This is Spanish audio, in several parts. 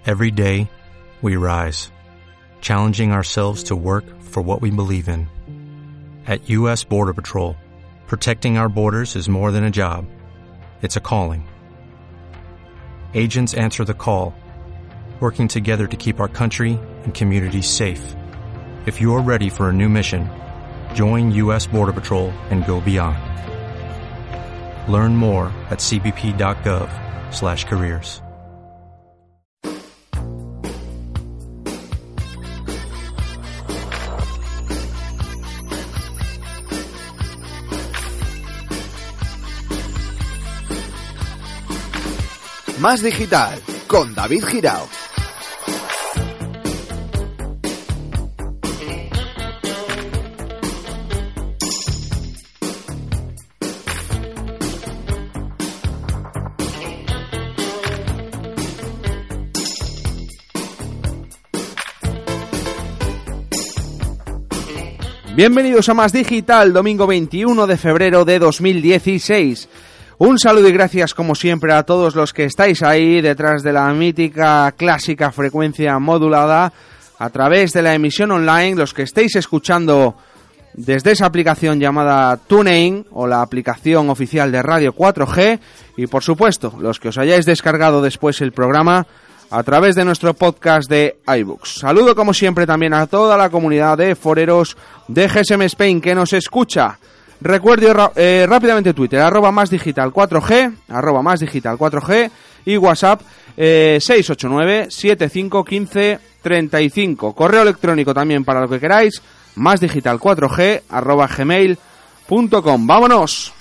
Every day, we rise, challenging ourselves to work for what we believe in. At U.S. Border Patrol, protecting our borders is more than a job. It's a calling. Agents answer the call, working together to keep our country and communities safe. If you're ready for a new mission, join U.S. Border Patrol and go beyond. Learn more at cbp.gov/careers. Más Digital, con David Girao. Bienvenidos a Más Digital, domingo 21 de febrero de 2016. Un saludo y gracias como siempre a todos los que estáis ahí detrás de la mítica clásica frecuencia modulada a través de la emisión online, los que estéis escuchando desde esa aplicación llamada TuneIn o la aplicación oficial de Radio 4G y por supuesto los que os hayáis descargado después el programa a través de nuestro podcast de iBooks. Saludo como siempre también a toda la comunidad de foreros de GSM Spain que nos escucha. Recuerdo rápidamente Twitter, @másdigital4G y WhatsApp 689-7515-35. Correo electrónico también para lo que queráis, másdigital4g@gmail.com. ¡Vámonos!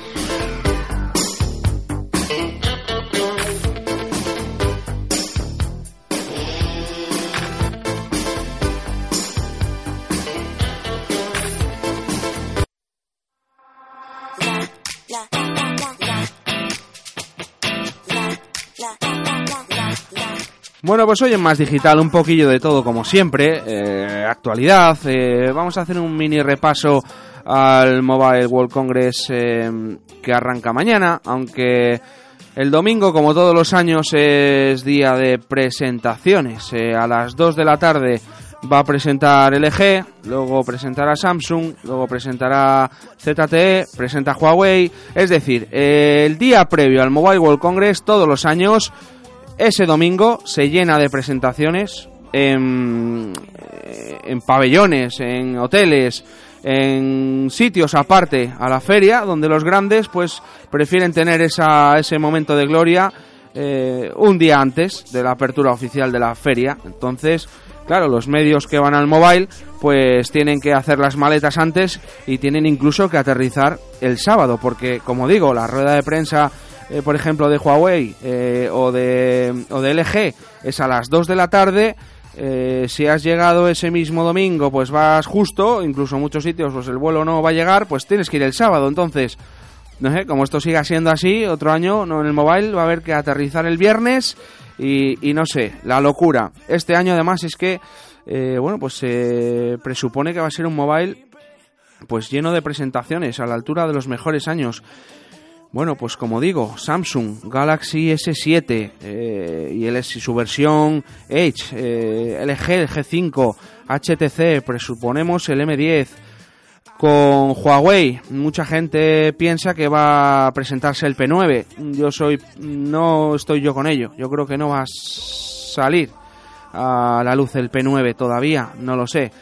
Bueno, pues hoy en Más Digital un poquillo de todo como siempre, actualidad, vamos a hacer un mini repaso al Mobile World Congress que arranca mañana, aunque el domingo como todos los años es día de presentaciones, a las 2 de la tarde va a presentar LG, luego presentará Samsung, luego presentará ZTE, presenta Huawei, es decir, el día previo al Mobile World Congress todos los años. Ese domingo se llena de presentaciones en pabellones, en hoteles, en sitios aparte a la feria, donde los grandes pues prefieren tener ese momento de gloria un día antes de la apertura oficial de la feria. Entonces, claro, los medios que van al mobile pues tienen que hacer las maletas antes y tienen incluso que aterrizar el sábado, porque como digo, la rueda de prensa por ejemplo de Huawei o de LG es a las 2 de la tarde. Si has llegado ese mismo domingo pues vas justo, incluso en muchos sitios pues el vuelo no va a llegar, pues tienes que ir el sábado. Entonces, no sé, como esto siga siendo así, otro año no en el mobile va a haber que aterrizar el viernes y no sé, la locura. Este año además es que bueno, pues se presupone que va a ser un mobile pues lleno de presentaciones a la altura de los mejores años. Bueno, pues como digo, Samsung Galaxy S7 y su versión Edge, LG, el G5, HTC, presuponemos el M10. Con Huawei, mucha gente piensa que va a presentarse el P9. No estoy yo con ello. Yo creo que no va a salir a la luz el P9 todavía, no lo sé.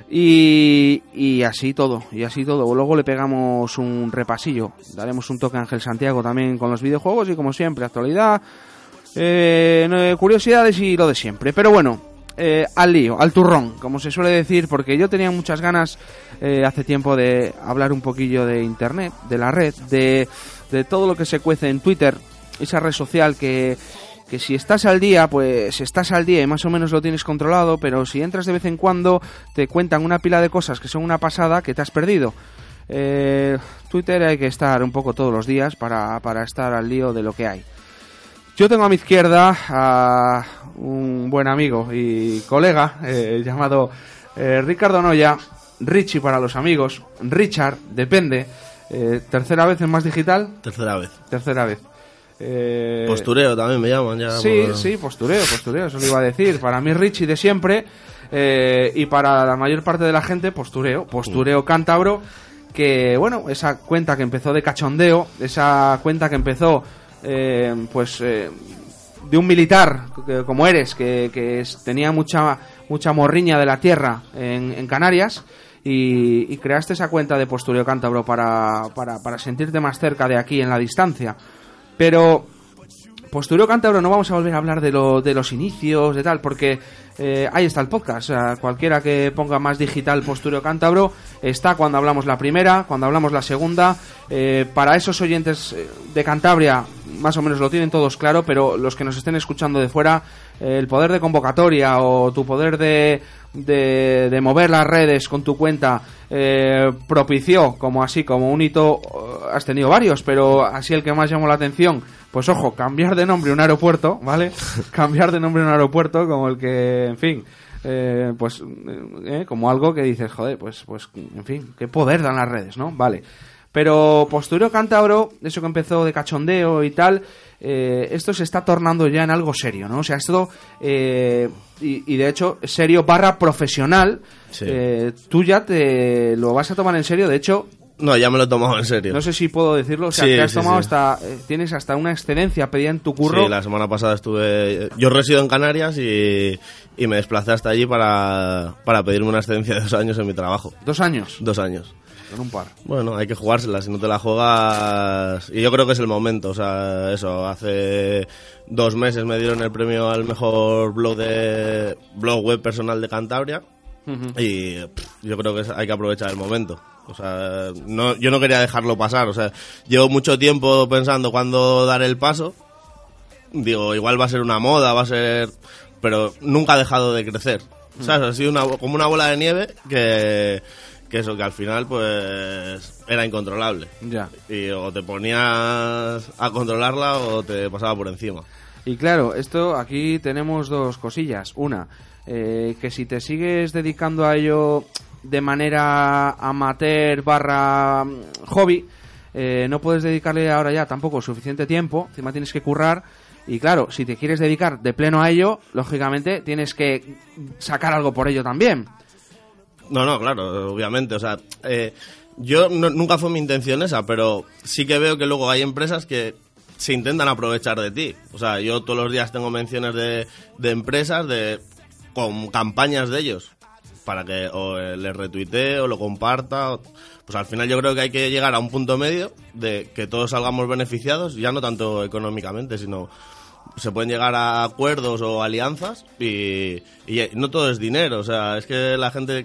Y así todo. Luego le pegamos un repasillo. Daremos un toque a Ángel Santiago también con los videojuegos y como siempre, actualidad, curiosidades y lo de siempre. Pero bueno, al lío, al turrón, como se suele decir, porque yo tenía muchas ganas hace tiempo de hablar un poquillo de internet, de la red, de todo lo que se cuece en Twitter, esa red social que si estás al día, pues estás al día y más o menos lo tienes controlado, pero si entras de vez en cuando te cuentan una pila de cosas que son una pasada que te has perdido. Twitter hay que estar un poco todos los días para estar al lío de lo que hay. Yo tengo a mi izquierda a un buen amigo y colega llamado Ricardo Noya, Richie para los amigos, Richard, depende. ¿Tercera vez en Más Digital? Tercera vez. Postureo también me llaman ya. Sí, postureo, eso lo iba a decir. Para mí Richie de siempre, y para la mayor parte de la gente postureo cántabro, que bueno, esa cuenta que empezó de cachondeo, esa cuenta que empezó de un militar como eres, que tenía mucha morriña de la tierra en Canarias, y creaste esa cuenta de postureo cántabro para sentirte más cerca de aquí en la distancia. Pero postureo cántabro no vamos a volver a hablar de los inicios, de tal, porque ahí está el podcast. O sea, cualquiera que ponga Más Digital postureo cántabro está cuando hablamos la primera, cuando hablamos la segunda. Para esos oyentes de Cantabria, más o menos lo tienen todos claro, pero los que nos estén escuchando de fuera, el poder de convocatoria o tu poder de mover las redes con tu cuenta propició como un hito. Has tenido varios, pero así el que más llamó la atención, pues ojo, cambiar de nombre un aeropuerto, ¿vale? Cambiar de nombre un aeropuerto, como el que, en fin, como algo que dices, joder, pues en fin, qué poder dan las redes, ¿no? Vale. Pero postureo cántabro, eso que empezó de cachondeo y tal, esto se está tornando ya en algo serio, ¿no? O sea, esto, y de hecho, serio / profesional, sí. Tú ya te lo vas a tomar en serio, de hecho... No, ya me lo he tomado en serio. No sé si puedo decirlo, o sea, sí, que has tomado hasta... tienes hasta una excedencia pedida en tu curro. Sí, la semana pasada estuve... Yo resido en Canarias y me desplacé hasta allí para pedirme una excedencia de 2 años en mi trabajo. ¿2 años? 2 años. Con un par. Bueno, hay que jugársela, si no te la juegas... Y yo creo que es el momento, o sea, eso, hace 2 meses me dieron el premio al mejor blog web personal de Cantabria, y yo creo que hay que aprovechar el momento. O sea, yo no quería dejarlo pasar, o sea, llevo mucho tiempo pensando cuándo dar el paso. Digo, igual va a ser una moda, pero nunca ha dejado de crecer. ¿Sabes? Ha sido como una bola de nieve que al final pues era incontrolable. Ya. Y o te ponías a controlarla o te pasaba por encima. Y claro, aquí tenemos 2 cosillas. Una, que si te sigues dedicando a ello de manera amateur / hobby, no puedes dedicarle ahora ya tampoco suficiente tiempo, encima tienes que currar. Y claro, si te quieres dedicar de pleno a ello, lógicamente tienes que sacar algo por ello también. No, claro, obviamente, o sea, yo nunca fue mi intención esa, pero sí que veo que luego hay empresas que se intentan aprovechar de ti. O sea, yo todos los días tengo menciones de empresas con campañas de ellos para que o les retuitee o lo comparta. Pues al final yo creo que hay que llegar a un punto medio de que todos salgamos beneficiados, ya no tanto económicamente, sino se pueden llegar a acuerdos o alianzas y no todo es dinero. O sea, es que la gente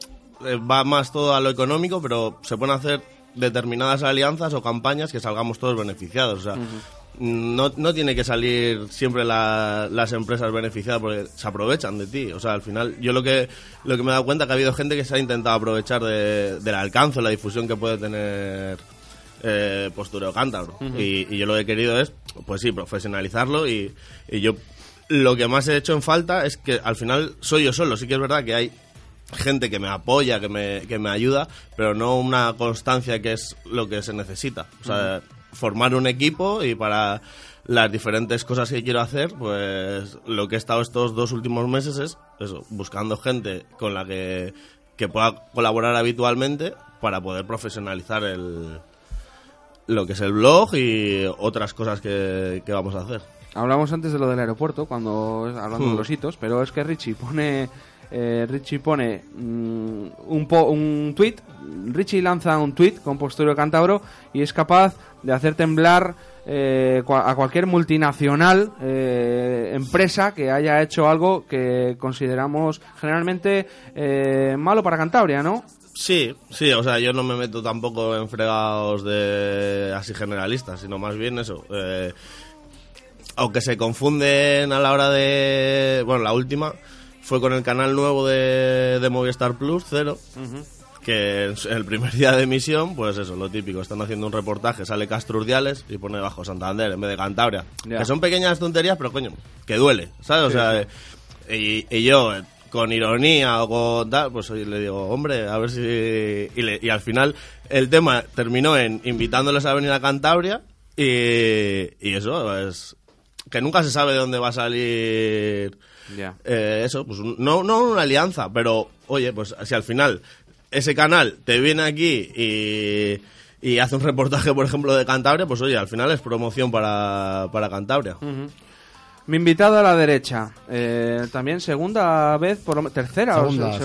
va más todo a lo económico, pero se pueden hacer determinadas alianzas o campañas que salgamos todos beneficiados. O sea, no tiene que salir siempre las empresas beneficiadas porque se aprovechan de ti. O sea, al final yo lo que me he dado cuenta es que ha habido gente que se ha intentado aprovechar del alcance, la difusión que puede tener postureo cántabro. Y yo lo que he querido es, pues sí, profesionalizarlo y yo lo que más he hecho en falta es que al final soy yo solo. Sí que es verdad que hay gente que me apoya, que me ayuda, pero no una constancia que es lo que se necesita. O sea, formar un equipo y para las diferentes cosas que quiero hacer, pues lo que he estado estos 2 últimos meses es eso, buscando gente con la que pueda colaborar habitualmente para poder profesionalizar lo que es el blog y otras cosas que vamos a hacer. Hablamos antes de lo del aeropuerto, hablando de los hitos, pero es que Richie pone un tweet. Richie lanza un tweet con postureo cántabro y es capaz de hacer temblar a cualquier multinacional, empresa que haya hecho algo que consideramos generalmente malo para Cantabria, ¿no? Sí, o sea, yo no me meto tampoco en fregados así generalistas, sino más bien eso. Aunque se confunden a la hora de... Bueno, la última fue con el canal nuevo de Movistar Plus, Cero, que en el primer día de emisión, pues eso, lo típico, están haciendo un reportaje, sale Castro Urdiales y pone debajo Santander en vez de Cantabria. Yeah. Que son pequeñas tonterías, pero coño, que duele, ¿sabes? O sea, y yo, con ironía o con tal, pues le digo, hombre, a ver si... Y al final el tema terminó en invitándoles a venir a Cantabria Y eso, es que nunca se sabe de dónde va a salir eso, pues no una alianza, pero oye, pues si al final ese canal te viene aquí y hace un reportaje, por ejemplo, de Cantabria, pues oye, al final es promoción para Cantabria. Uh-huh. Mi invitado a la derecha, también segunda vez, tercera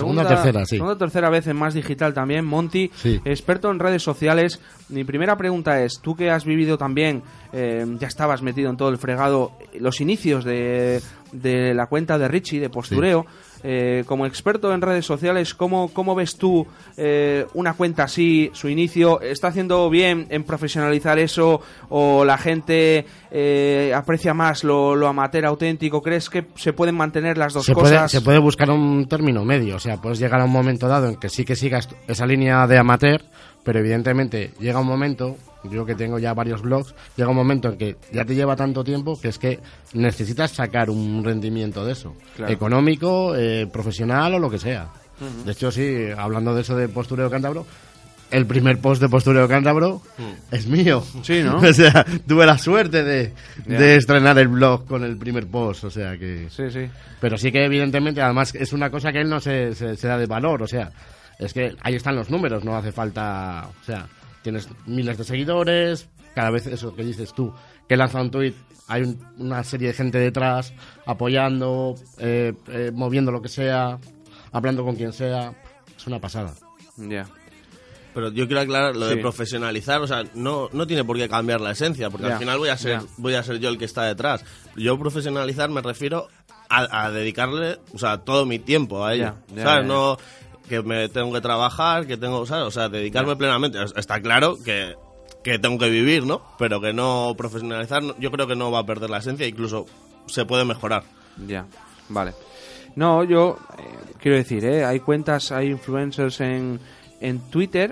tercera vez en Más Digital también, Monty, sí. Experto en redes sociales. Mi primera pregunta es, tú que has vivido también, ya estabas metido en todo el fregado, los inicios de la cuenta de Richie, de Postureo, sí. Como experto en redes sociales, ¿cómo ves tú una cuenta así, su inicio? ¿Está haciendo bien en profesionalizar eso o la gente aprecia más lo amateur auténtico? ¿Crees que se pueden mantener las dos cosas? Se puede buscar un término medio, o sea, puedes llegar a un momento dado en que sí que sigas esa línea de amateur, pero evidentemente llega un momento, yo que tengo ya varios blogs, llega un momento en que ya te lleva tanto tiempo que es que necesitas sacar un rendimiento de eso, claro. Económico, profesional o lo que sea. Uh-huh. De hecho, sí, hablando de eso de Postureo Cántabro, el primer post de Postureo Cántabro es mío. Sí, ¿no? O sea, tuve la suerte de estrenar el blog con el primer post, o sea que... Sí, sí. Pero sí que evidentemente, además, es una cosa que él no se da de valor, o sea, es que ahí están los números, no hace falta... O sea, tienes miles de seguidores, cada vez eso que dices tú, que lanza un tuit, hay una serie de gente detrás, apoyando, moviendo lo que sea, hablando con quien sea, es una pasada. Ya. Pero yo quiero aclarar lo de profesionalizar, o sea, no tiene por qué cambiar la esencia, porque al final voy a ser yo el que está detrás. Yo profesionalizar me refiero a dedicarle, o sea, todo mi tiempo a ello, ¿sabes? No que me tengo que trabajar, que tengo, ¿sabes? O sea, dedicarme plenamente. Está claro que tengo que vivir, ¿no? Pero que no profesionalizar, yo creo que no va a perder la esencia, incluso se puede mejorar. Ya, vale. No, yo quiero decir, hay cuentas, hay influencers en Twitter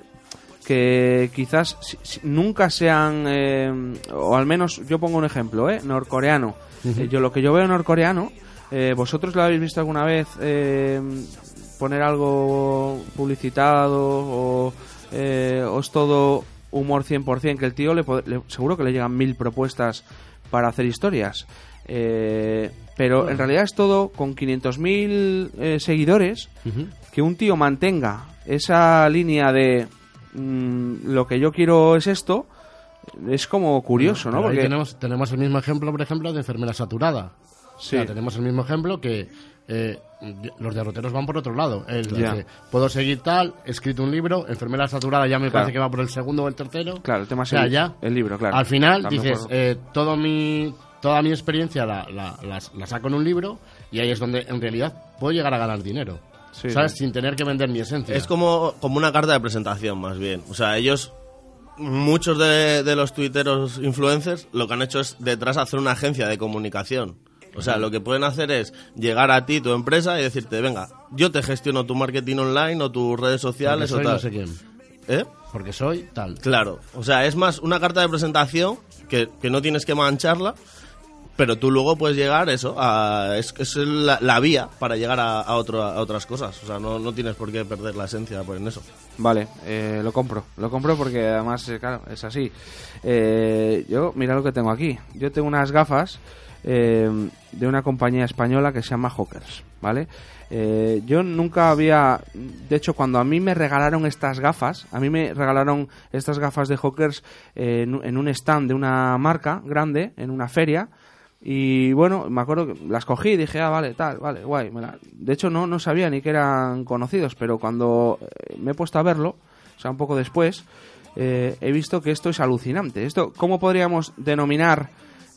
que quizás nunca sean, o al menos yo pongo un ejemplo, norcoreano. Uh-huh. Lo que yo veo norcoreano, ¿vosotros lo habéis visto alguna vez poner algo publicitado o es todo humor 100%? Que el tío seguro que le llegan 1000 propuestas para hacer historias, pero en realidad es todo con 500.000 seguidores. Uh-huh. Que un tío mantenga esa línea de lo que yo quiero es esto, es como curioso, ¿no? Porque tenemos el mismo ejemplo, por ejemplo, de Enfermera Saturada. Sí. O sea, tenemos el mismo ejemplo que los derroteros van por otro lado. Él dice, puedo seguir tal, he escrito un libro, Enfermera Saturada ya me parece que va por el segundo o el tercero. Claro, el tema es el libro, claro. Al final dices, toda mi experiencia la saco en un libro y ahí es donde en realidad puedo llegar a ganar dinero. Sí, ¿sabes? Sí. Sin tener que vender mi esencia. Es como una carta de presentación, más bien. O sea, ellos, muchos de los tuiteros influencers, lo que han hecho es detrás hacer una agencia de comunicación. O sea, lo que pueden hacer es llegar a ti, tu empresa, y decirte, venga, yo te gestiono tu marketing online o tus redes sociales o tal. No sé quién. Porque soy tal. Claro. O sea, es más una carta de presentación que no tienes que mancharla, pero tú luego puedes llegar es la vía para llegar a otras cosas. O sea, no tienes por qué perder la esencia en eso. Vale, lo compro porque además, claro, es así. Yo, mira lo que tengo aquí. Yo tengo unas gafas de una compañía española que se llama Hawkers, ¿vale? Yo nunca había... De hecho, cuando a mí me regalaron estas gafas de Hawkers en un stand de una marca grande, en una feria. Y bueno, me acuerdo que las cogí y dije, vale, guay. De hecho, no sabía ni que eran conocidos, pero cuando me he puesto a verlo, o sea, un poco después, he visto que esto es alucinante. ¿Cómo podríamos denominar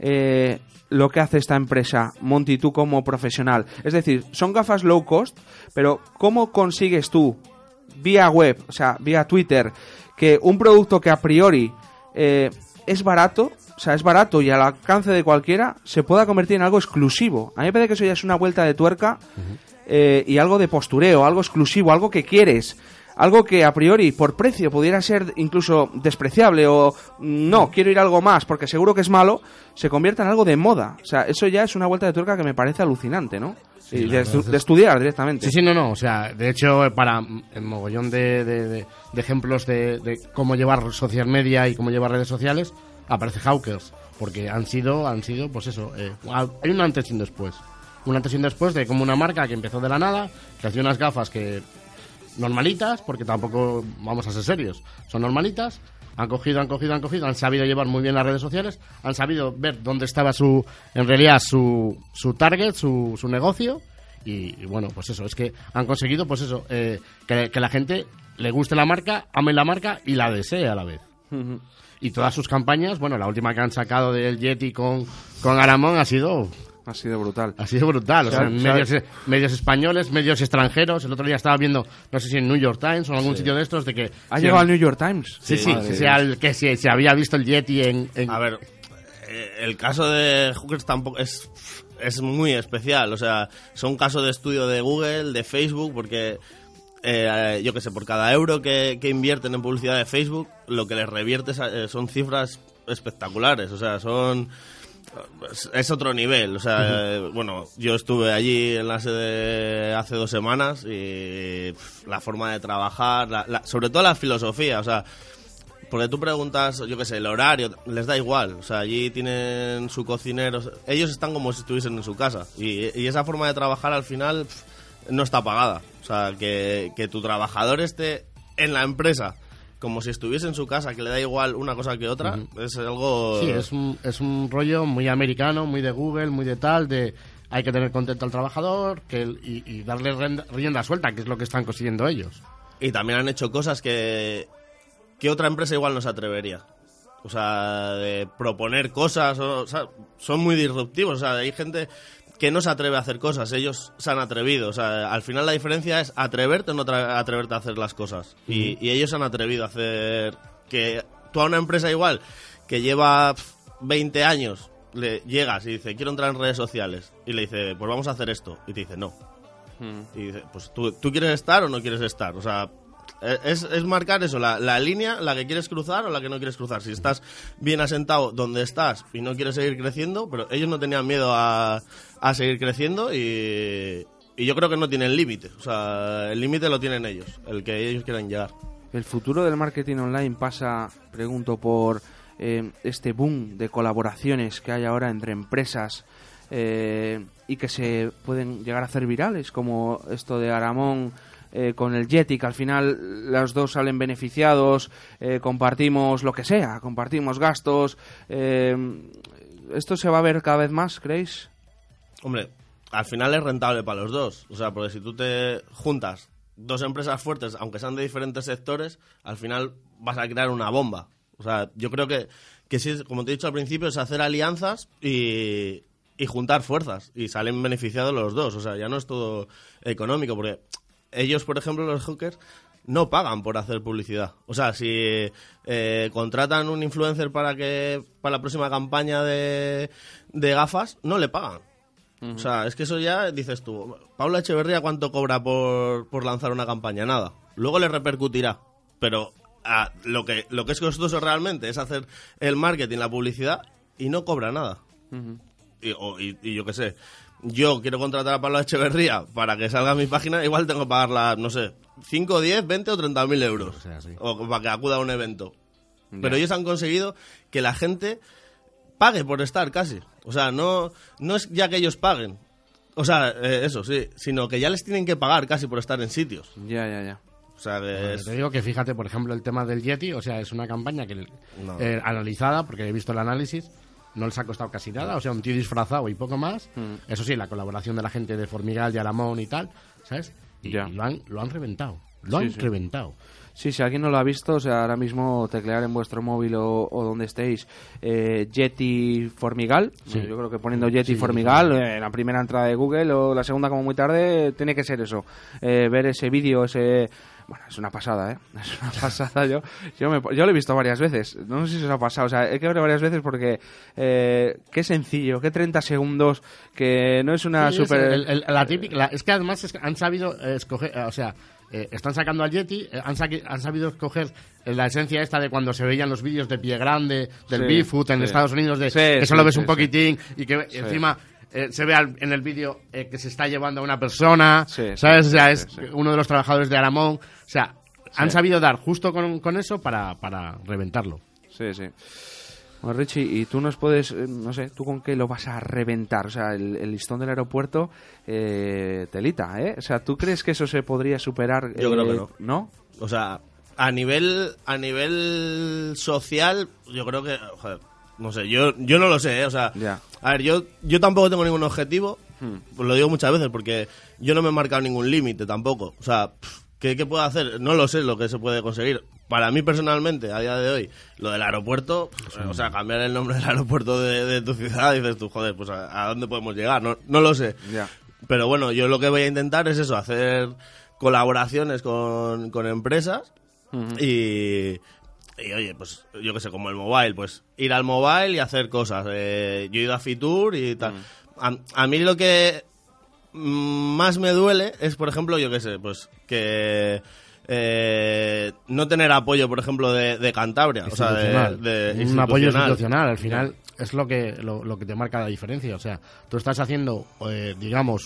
lo que hace esta empresa, Monty, tú como profesional? Es decir, son gafas low cost, pero ¿cómo consigues tú, vía web, o sea, vía Twitter, que un producto que a priori es barato, o sea, es barato y al alcance de cualquiera, se pueda convertir en algo exclusivo? A mí me parece que eso ya es una vuelta de tuerca, y algo de postureo, algo exclusivo, algo que quieres, algo que a priori por precio pudiera ser incluso despreciable o no, quiero ir a algo más porque seguro que es malo, se convierta en algo de moda. O sea, eso ya es una vuelta de tuerca que me parece alucinante, ¿no? Sí, de estudiar directamente. Sí, no, o sea, de hecho, para el mogollón de ejemplos de cómo llevar social media y cómo llevar redes sociales, aparece Hawkers, porque han sido pues eso, hay un antes y un después. Un antes y un después de como una marca que empezó de la nada, que hacía unas gafas que normalitas, porque tampoco vamos a ser serios, son normalitas, han cogido, han sabido llevar muy bien las redes sociales, han sabido ver dónde estaba en realidad su target, su negocio, y bueno, pues eso, es que han conseguido pues eso, que la gente le guste la marca, ame la marca y la desee a la vez. Uh-huh. Y todas sus campañas, bueno, la última que han sacado del Yeti con Aramón ha sido brutal. Ha sido brutal. O sea, medios españoles, medios extranjeros. El otro día estaba viendo, no sé si en New York Times o en algún sitio de estos, de que... ¿Ha llegado al New York Times? Sí, que se había visto el Yeti en... A ver, el caso de Hookers tampoco es muy especial. O sea, son casos de estudio de Google, de Facebook, porque... yo qué sé, por cada euro que invierten en publicidad de Facebook, lo que les revierte son cifras espectaculares. O sea, es otro nivel. O sea, bueno, yo estuve allí en la sede hace 2 semanas y la forma de trabajar, sobre todo la filosofía, o sea, porque tú preguntas, yo qué sé, el horario, les da igual. O sea, allí tienen su cocinero, ellos están como si estuviesen en su casa y esa forma de trabajar al final no está pagada. O sea, que tu trabajador esté en la empresa como si estuviese en su casa, que le da igual una cosa que otra, es algo... Sí, es un rollo muy americano, muy de Google, muy de tal, de hay que tener contento al trabajador y darle rienda suelta, que es lo que están consiguiendo ellos. Y también han hecho cosas que otra empresa igual no se atrevería. O sea, de proponer cosas, o sea, son muy disruptivos. O sea, hay gente que no se atreve a hacer cosas, ellos se han atrevido. O sea, al final la diferencia es atreverte o no atreverte a hacer las cosas. Y ellos se han atrevido a hacer que tú a una empresa igual que lleva 20 años le llegas y dice, quiero entrar en redes sociales, y le dice, pues vamos a hacer esto, y te dice, no. Y dice, pues ¿tú quieres estar o no quieres estar? O sea, es marcar eso, la línea, la que quieres cruzar o la que no quieres cruzar. Si estás bien asentado donde estás y no quieres seguir creciendo, pero ellos no tenían miedo a seguir creciendo y yo creo que no tienen límite. O sea, el límite lo tienen ellos, el que ellos quieran llegar. El futuro del marketing online pasa, pregunto, por este boom de colaboraciones que hay ahora entre empresas y que se pueden llegar a hacer virales, como esto de Aramón con el Yeti, que al final los dos salen beneficiados, compartimos lo que sea, compartimos gastos. ¿Esto se va a ver cada vez más, creéis? Hombre, al final es rentable para los dos. O sea, porque si tú te juntas 2 empresas fuertes, aunque sean de diferentes sectores, al final vas a crear una bomba. O sea, yo creo que sí, como te he dicho al principio, es hacer alianzas y juntar fuerzas. Y salen beneficiados los dos. O sea, ya no es todo económico, porque ellos, por ejemplo, los Hookers, no pagan por hacer publicidad. O sea, si contratan un influencer para la próxima campaña de gafas, no le pagan. O sea, es que eso ya dices tú, Pablo Echeverría, ¿cuánto cobra por lanzar una campaña? Nada. Luego le repercutirá. Pero lo que es costoso realmente es hacer el marketing, la publicidad, y no cobra nada. Y yo qué sé, yo quiero contratar a Pablo Echeverría para que salga a mi página, igual tengo que pagarla, no sé, 5, 10, 20 o 30.000 euros. O sea, sí. O para que acuda a un evento. Yeah. Pero ellos han conseguido que la gente pague por estar casi. O sea, no es ya que ellos paguen. O sea, eso sí, sino que ya les tienen que pagar casi por estar en sitios. Ya. O sea, te digo que fíjate, por ejemplo, el tema del Yeti, o sea, es una campaña que analizada, porque he visto el análisis, no les ha costado casi nada, o sea, un tío disfrazado y poco más. Eso sí, la colaboración de la gente de Formigal, de Aramón y tal, ¿sabes? Y lo han reventado. Reventado. Sí, si alguien no lo ha visto, o sea, ahora mismo teclear en vuestro móvil o donde estéis Yeti Formigal. Sí. Yo creo que poniendo Yeti Formigal, la primera entrada de Google o la segunda como muy tarde, tiene que ser eso. Ver ese vídeo, Bueno, es una pasada, ¿eh? Es una pasada. Yo lo he visto varias veces. No sé si se os ha pasado. O sea, hay que verlo varias veces porque qué sencillo, qué 30 segundos, que no es una sí, super... La típica... Es que además han sabido escoger... O sea, están sacando al Yeti, han sabido escoger la esencia esta de cuando se veían los vídeos de pie grande, del Bigfoot en Estados Unidos, que solo ves un poquitín y que encima... se ve en el vídeo que se está llevando a una persona, ¿sabes? O sea, es uno de los trabajadores de Aramón. O sea, han sabido dar justo con eso para reventarlo. Sí. Bueno, Richie, ¿y tú nos puedes, no sé, tú con qué lo vas a reventar? O sea, el listón del aeropuerto, telita, ¿eh? O sea, ¿tú crees que eso se podría superar? Yo creo que no. ¿No? O sea, a nivel social, yo creo que, joder, no sé, yo no lo sé, ¿eh? O sea, Ya. a ver, yo tampoco tengo ningún objetivo, pues lo digo muchas veces, porque yo no me he marcado ningún límite tampoco. O sea, ¿qué puedo hacer? No lo sé lo que se puede conseguir. Para mí personalmente, a día de hoy, lo del aeropuerto, o sea, cambiar el nombre del aeropuerto de tu ciudad, dices tú, joder, pues ¿a dónde podemos llegar? No lo sé. Ya. Pero bueno, yo lo que voy a intentar es eso, hacer colaboraciones con empresas y oye, pues yo qué sé, como el mobile, pues ir al mobile y hacer cosas. Yo he ido a Fitur y tal. A mí lo que más me duele es, por ejemplo, yo qué sé, pues que no tener apoyo, por ejemplo, de Cantabria. O sea, un apoyo institucional, al final es lo que te marca la diferencia. O sea, tú estás haciendo, digamos,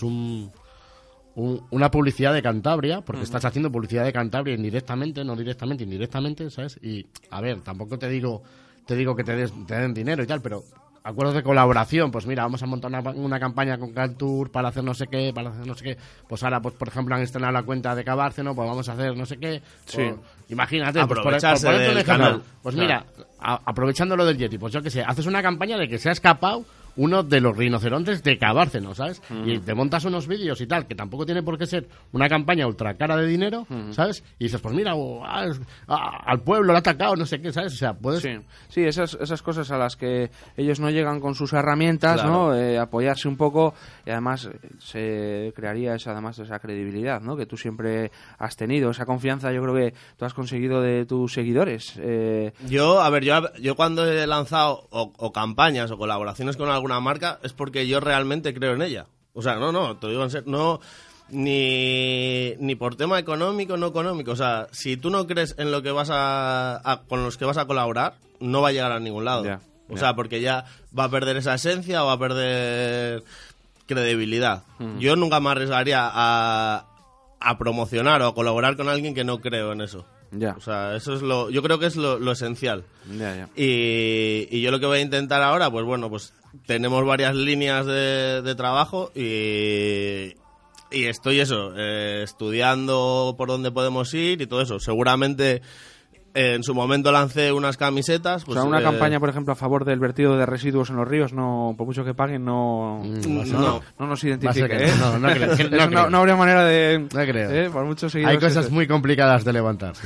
una publicidad de Cantabria, porque estás haciendo publicidad de Cantabria indirectamente, no directamente, indirectamente, ¿sabes? Y, a ver, tampoco te digo que te den dinero y tal, pero acuerdos de colaboración, pues mira, vamos a montar una campaña con Caltour para hacer no sé qué, pues ahora, pues por ejemplo, han estrenado la cuenta de Cabárceno, pues vamos a hacer no sé qué. Sí. Aprovecharse Imagínate, pues por ponerte un del ejemplo, canal. pues mira, aprovechando lo del Yeti, pues yo qué sé, haces una campaña de que se ha escapado uno de los rinocerontes de Cabárceno, ¿sabes? Y te montas unos vídeos y tal, que tampoco tiene por qué ser una campaña ultra cara de dinero, ¿sabes? Y dices, pues mira, al pueblo lo ha atacado, no sé qué, ¿sabes? O sea, puedes... Sí, esas cosas a las que ellos no llegan con sus herramientas, Claro. ¿no? Apoyarse un poco, y además se crearía esa credibilidad, ¿no? Que tú siempre has tenido, esa confianza yo creo que tú has conseguido de tus seguidores. Yo cuando he lanzado o campañas o colaboraciones con alguna marca es porque yo realmente creo en ella. O sea, no, te lo digo en serio, no, ni por tema económico, no económico. O sea, si tú no crees en lo que con los que vas a colaborar, no va a llegar a ningún lado. O sea, porque ya va a perder esa esencia o va a perder credibilidad. Yo nunca me arriesgaría a promocionar o a colaborar con alguien que no creo en eso. Ya. O sea, eso es yo creo que es lo esencial. Ya. Y yo lo que voy a intentar ahora, pues bueno, pues tenemos varias líneas de trabajo y estoy estudiando por dónde podemos ir y todo eso. Seguramente en su momento lancé unas camisetas. Pues, o sea, una campaña, por ejemplo, a favor del vertido de residuos en los ríos, no, por mucho que paguen, no nos identifica, ¿eh? No creo. No habría manera de... No creo. Por muchos seguidores. Hay cosas muy complicadas de levantar.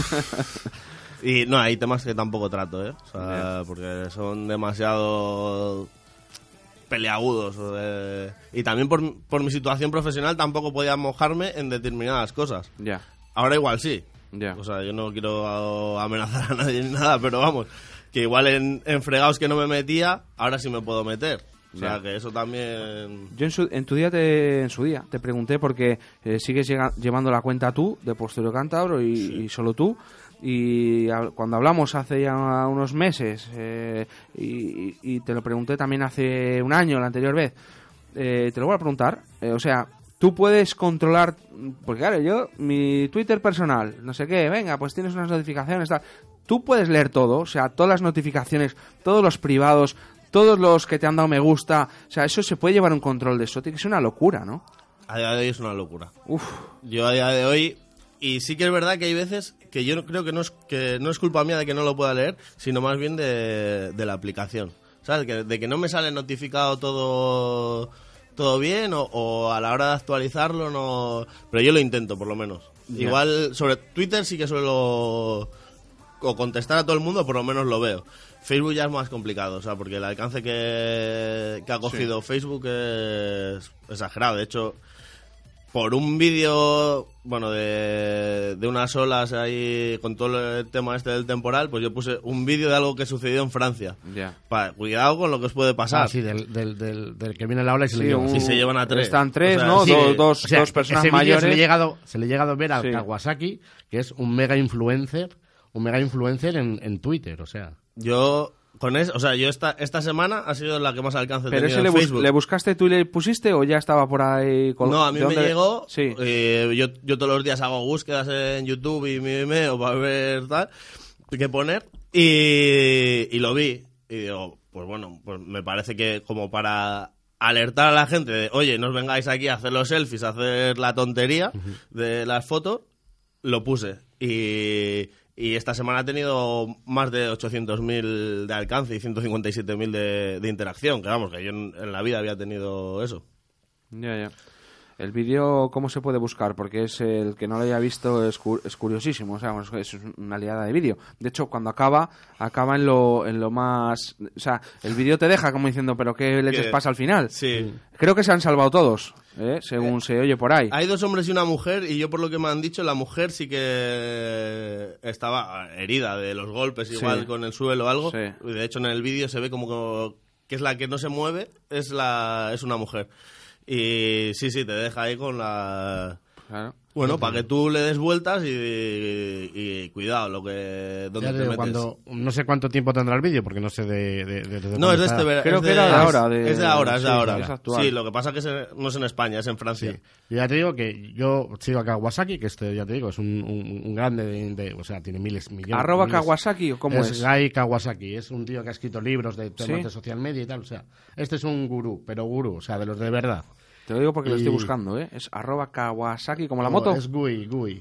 Y no, hay temas que tampoco trato, ¿eh? O sea, porque son demasiado peleagudos. Y también por mi situación profesional tampoco podía mojarme en determinadas cosas. Ya. Ahora igual sí. Ya. O sea, yo no quiero amenazar a nadie ni nada, pero vamos, que igual en fregados que no me metía, ahora sí me puedo meter. O sea, que eso también... Yo en su día te pregunté porque sigues llevando la cuenta tú de Postureo Cántabro y solo tú. Y cuando hablamos hace ya unos meses y te lo pregunté también hace un año, la anterior vez, te lo voy a preguntar. O sea, tú puedes controlar, porque claro, mi Twitter personal, no sé qué, venga, pues tienes unas notificaciones, tal. Tú puedes leer todo, o sea, todas las notificaciones, todos los privados, todos los que te han dado me gusta, o sea, eso se puede llevar un control de eso, tiene que ser una locura, ¿no? A día de hoy es una locura. Uf. Yo a día de hoy, y sí que es verdad que hay veces que yo creo que no es culpa mía de que no lo pueda leer, sino más bien de la aplicación. ¿Sabes? De que no me sale notificado todo bien o a la hora de actualizarlo no... Pero yo lo intento, por lo menos. Yeah. Igual, sobre Twitter sí que suelo contestar a todo el mundo, por lo menos lo veo. Facebook ya es más complicado, o sea, porque el alcance que ha cogido Facebook es exagerado. De hecho, por un vídeo, bueno, de unas olas ahí con todo el tema este del temporal, pues yo puse un vídeo de algo que sucedió en Francia. Ya. Cuidado con lo que os puede pasar. Sí, del que viene la ola y se le lleva. Si se llevan a tres. Están tres, O sea, ¿no? sí. Dos personas ese vídeo mayores. se le ha llegado a ver a Sí. Kawasaki, que es un mega influencer en Twitter, o sea. Yo con eso, o sea, yo esta semana ha sido la que más alcance he ¿Pero tenido ese en Facebook. le buscaste tú y le pusiste o ya estaba por ahí? No, a mí me llegó. Sí. Yo todos los días hago búsquedas en YouTube y mi email para ver tal qué poner y lo vi. Y digo, pues bueno, pues me parece que como para alertar a la gente de, oye, no os vengáis aquí a hacer los selfies, a hacer la tontería de las fotos, lo puse. Y esta semana ha tenido más de 800.000 de alcance y 157.000 de interacción, que vamos, que yo en la vida había tenido eso. Ya. El vídeo, ¿cómo se puede buscar? Porque es el que no lo haya visto es curiosísimo, o sea, es una liada de vídeo. De hecho, cuando acaba en lo más... O sea, el vídeo te deja como diciendo, ¿pero qué leches pasa al final? Sí. Creo que se han salvado todos, según se oye por ahí. Hay 2 hombres y una mujer, y yo por lo que me han dicho, la mujer sí que estaba herida de los golpes, igual con el suelo o algo. Sí. De hecho, en el vídeo se ve como que es la que no se mueve, es una mujer. Y sí, te deja ahí con la... Claro. Bueno, para que tú le des vueltas y cuidado donde te metes. No sé cuánto tiempo tendrá el vídeo, porque no sé no, es de este verano. Creo que era de ahora. Es de ahora. Es actual. Sí, lo que pasa es que no es en España, es en Francia. Sí. Y ya te digo que yo sigo a Kawasaki, que ya te digo, es un grande o sea, tiene millones. ¿Kawasaki o cómo es? Es Guy Kawasaki, es un tío que ha escrito libros de temas de social media y tal, o sea, este es un gurú, o sea, de los de verdad. Te lo digo porque lo estoy buscando, ¿eh? Es @Kawasaki, como la moto. Es Gui. @Gui.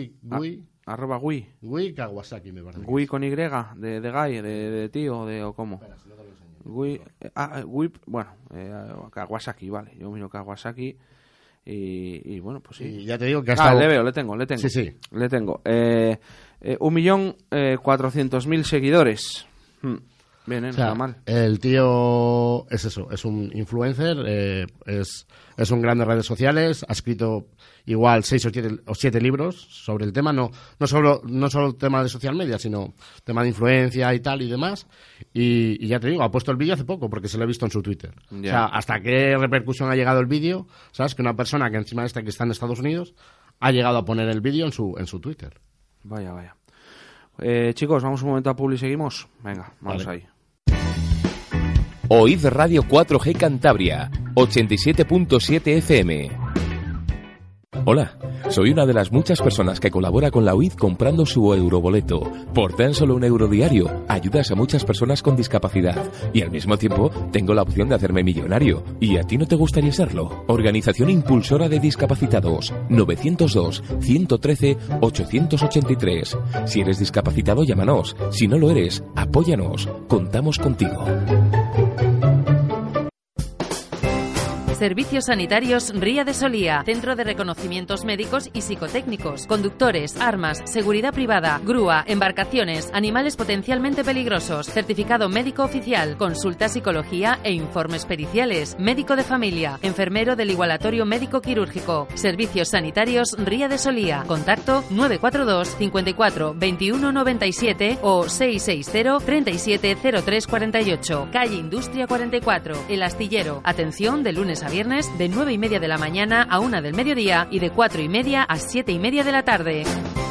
Gui Kawasaki, me parece. Gui con Y, de Guy, de tío, o cómo. Espera, si no te lo enseño. Gui, bueno, Kawasaki, vale. Yo miro Kawasaki y bueno, pues sí. Y ya te digo que ha estado... le veo, le tengo. Sí. Le tengo. 1.400.000 seguidores. Bien, no está mal. El tío es eso, es un influencer, es un grande en redes sociales, ha escrito igual 6 o 7 libros sobre el tema, no solo el tema de social media, sino tema de influencia y tal y demás. Y ya te digo, ha puesto el vídeo hace poco porque se lo he visto en su Twitter. Yeah. O sea, hasta qué repercusión ha llegado el vídeo, ¿sabes? Que una persona que encima de que está en Estados Unidos ha llegado a poner el vídeo en su Twitter. Vaya. Chicos, vamos un momento a Publi y seguimos. Venga, vamos ahí. Oíd Radio 4G Cantabria, 87.7 FM. Hola, soy una de las muchas personas que colabora con la OID comprando su euroboleto. Por tan solo €1 diario, ayudas a muchas personas con discapacidad y al mismo tiempo tengo la opción de hacerme millonario. ¿Y a ti no te gustaría serlo? Organización Impulsora de Discapacitados, 902-113-883. Si eres discapacitado, llámanos. Si no lo eres, apóyanos. Contamos contigo. Servicios Sanitarios Ría de Solía, Centro de Reconocimientos Médicos y Psicotécnicos, conductores, armas, seguridad privada, grúa, embarcaciones, animales potencialmente peligrosos, certificado médico oficial, consulta psicología e informes periciales, médico de familia, enfermero del igualatorio médico quirúrgico. Servicios Sanitarios Ría de Solía. Contacto 942 54 21 97 o 660 37 03 48. Calle Industria 44, El Astillero. Atención de lunes a viernes de 9:30 de la mañana a 1 del mediodía y de 4:30 a 7:30 de la tarde.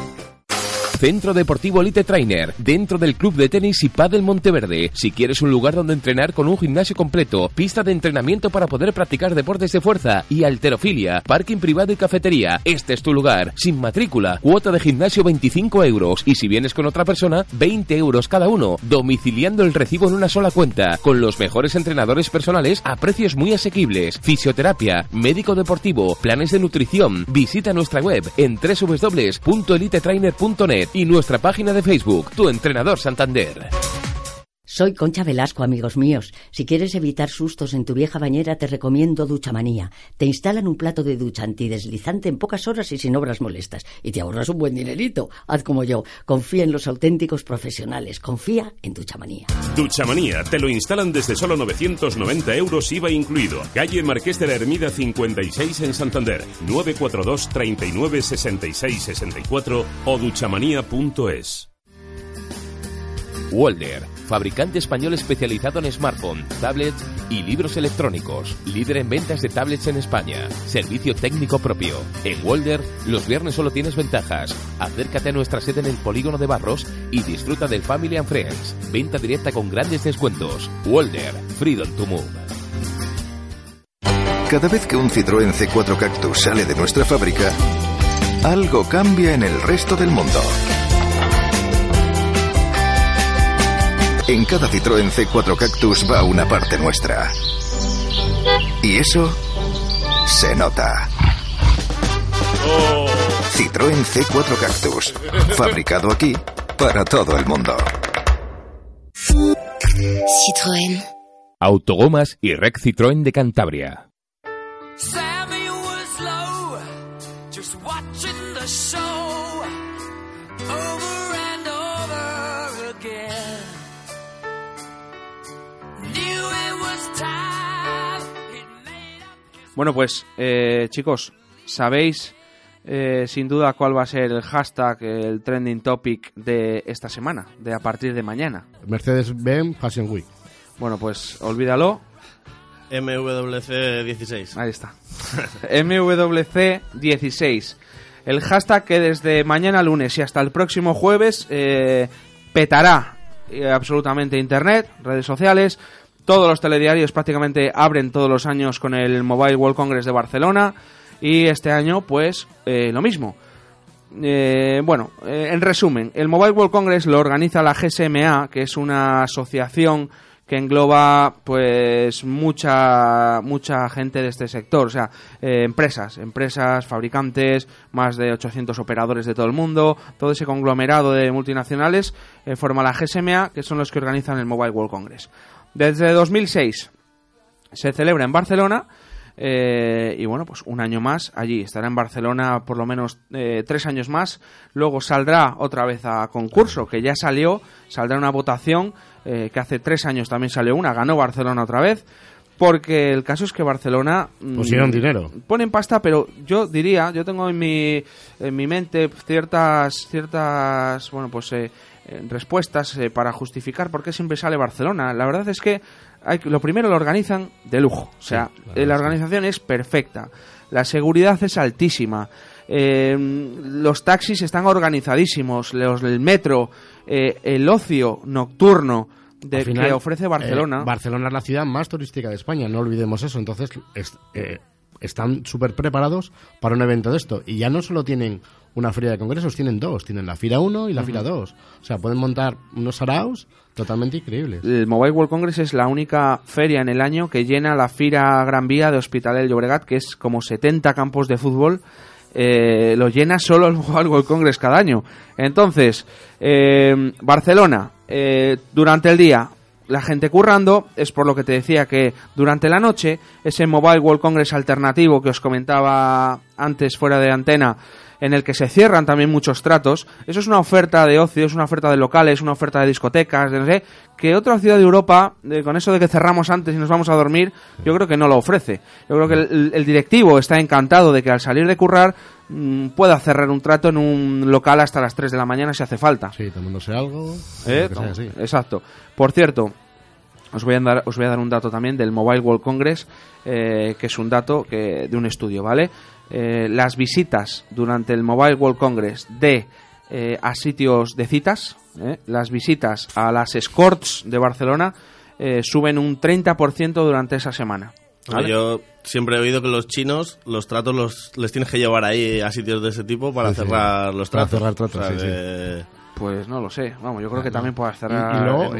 Centro Deportivo Elite Trainer, dentro del Club de Tenis y Pádel Monteverde. Si quieres un lugar donde entrenar con un gimnasio completo, pista de entrenamiento para poder practicar deportes de fuerza y halterofilia, parking privado y cafetería, este es tu lugar. Sin matrícula, cuota de gimnasio €25 y si vienes con otra persona, €20 cada uno, domiciliando el recibo en una sola cuenta, con los mejores entrenadores personales a precios muy asequibles, fisioterapia, médico deportivo, planes de nutrición. Visita nuestra web en www.elitetrainer.net y nuestra página de Facebook, Tu Entrenador Santander. Soy Concha Velasco, amigos míos. Si quieres evitar sustos en tu vieja bañera, te recomiendo Duchamanía. Te instalan un plato de ducha antideslizante en pocas horas y sin obras molestas. Y te ahorras un buen dinerito. Haz como yo. Confía en los auténticos profesionales. Confía en Duchamanía. Duchamanía. Te lo instalan desde solo €990 IVA incluido. Calle Marqués de la Ermida 56 en Santander. 942 39 66 64 o duchamanía.es. Walder, fabricante español especializado en smartphone, tablets y libros electrónicos. Líder en ventas de tablets en España. Servicio técnico propio. En Walder, los viernes solo tienes ventajas. Acércate a nuestra sede en el Polígono de Barros y disfruta del Family and Friends. Venta directa con grandes descuentos. Walder, Freedom to Move. Cada vez que un Citroën C4 Cactus sale de nuestra fábrica, algo cambia en el resto del mundo. En cada Citroën C4 Cactus va una parte nuestra. Y eso se nota. Citroën C4 Cactus. Fabricado aquí para todo el mundo. Citroën. Autogomas y Rec Citroën de Cantabria. Bueno, pues chicos, ¿sabéis sin duda cuál va a ser el hashtag, el trending topic de esta semana, de a partir de mañana? Mercedes-Benz Fashion Week. Bueno, pues olvídalo. MWC 16. Ahí está. MWC 16. El hashtag que desde mañana lunes y hasta el próximo jueves petará absolutamente internet, redes sociales. Todos los telediarios prácticamente abren todos los años con el Mobile World Congress de Barcelona y este año pues lo mismo. En resumen, el Mobile World Congress lo organiza la GSMA, que es una asociación que engloba pues mucha gente de este sector, o sea, empresas, fabricantes, más de 800 operadores de todo el mundo, todo ese conglomerado de multinacionales forma la GSMA, que son los que organizan el Mobile World Congress. Desde 2006 se celebra en Barcelona y bueno, pues un año más allí. Estará en Barcelona por lo menos 3 años más. Luego saldrá otra vez a concurso, que ya saldrá una votación que hace 3 años también salió una, ganó Barcelona otra vez. Porque el caso es que Barcelona pusieron dinero, ponen pasta, pero yo tengo en mi mente ciertas respuestas para justificar por qué siempre sale Barcelona. La verdad es que lo primero lo organizan de lujo, o sea, la organización es perfecta, la seguridad es altísima, los taxis están organizadísimos, el metro, el ocio nocturno que ofrece Barcelona. Barcelona es la ciudad más turística de España, no olvidemos eso. Entonces están súper preparados para un evento de esto. Y ya no solo tienen una feria de congresos, tienen 2. Tienen la Fira 1 y la Fira 2. O sea, pueden montar unos saraos totalmente increíbles. El Mobile World Congress es la única feria en el año que llena la Fira Gran Vía de Hospitalet de Llobregat, que es como 70 campos de fútbol. Lo llena solo el Mobile World Congress cada año. Entonces, Barcelona, durante el día la gente currando, es por lo que te decía que durante la noche ese Mobile World Congress alternativo que os comentaba antes fuera de antena, en el que se cierran también muchos tratos. Eso es una oferta de ocio, es una oferta de locales, una oferta de discotecas, de no sé, que otra ciudad de Europa, con eso de que cerramos antes y nos vamos a dormir, yo creo que no lo ofrece. Yo creo que el directivo está encantado de que al salir de currar pueda cerrar un trato en un local hasta las 3 de la mañana si hace falta. Sí, tomándose algo. Exacto. Por cierto, os voy a dar un dato también del Mobile World Congress, que es un dato de un estudio, ¿vale? Las visitas durante el Mobile World Congress a sitios de citas, las visitas a las escorts de Barcelona suben un 30% durante esa semana. ¿Vale? Yo siempre he oído que los chinos, los tratos les tienes que llevar ahí a sitios de ese tipo para cerrar los tratos. Para cerrar tratos, Pues no lo sé, vamos, yo creo que también puedes cerrar.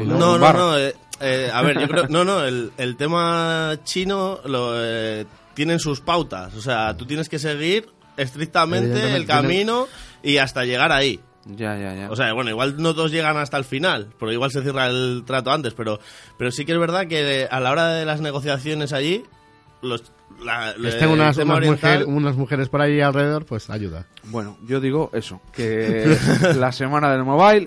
A ver, yo creo, el tema chino tienen sus pautas, o sea, tú tienes que seguir estrictamente el camino y hasta llegar ahí. Ya. O sea, bueno, igual no todos llegan hasta el final, porque igual se cierra el trato antes, pero sí que es verdad que a la hora de las negociaciones allí, estén unas mujeres por ahí alrededor, pues ayuda. Bueno, yo digo eso, que la semana del mobile,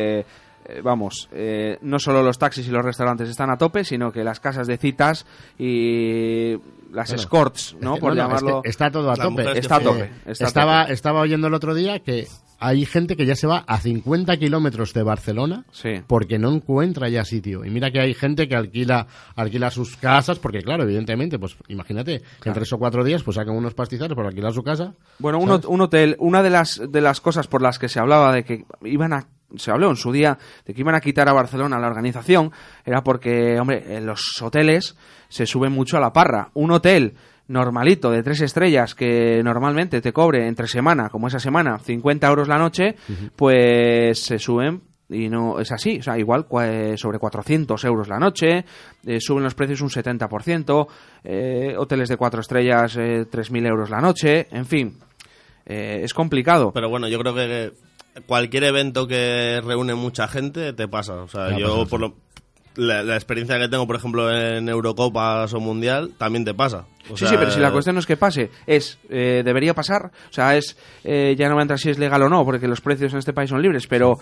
no solo los taxis y los restaurantes están a tope, sino que las casas de citas y las escorts, ¿no? Por llamarlo. Es que está todo a tope. Está a tope. Estaba oyendo el otro día que hay gente que ya se va a 50 kilómetros de Barcelona porque no encuentra ya sitio. Y mira que hay gente que alquila sus casas porque, claro, evidentemente, pues imagínate, que en 3 o 4 días pues sacan unos pastizales por alquilar su casa. Bueno, un hotel, una de las cosas por las que se hablaba de que se habló en su día de que iban a quitar a Barcelona la organización, era porque, hombre, en los hoteles se sube mucho a la parra. Un hotel normalito de 3 estrellas que normalmente te cobre entre semana, como esa semana, 50 euros la noche, pues se suben y no es así. O sea, igual sobre 400 euros la noche, suben los precios un 70%, hoteles de 4 estrellas 3.000 euros la noche, en fin, es complicado. Pero bueno, yo creo que cualquier evento que reúne mucha gente te pasa. O sea, yo por la experiencia que tengo, por ejemplo, en Eurocopas o Mundial, también te pasa. Sí, pero si la cuestión no es que pase, debería pasar. O sea, ya no me entra si es legal o no, porque los precios en este país son libres, pero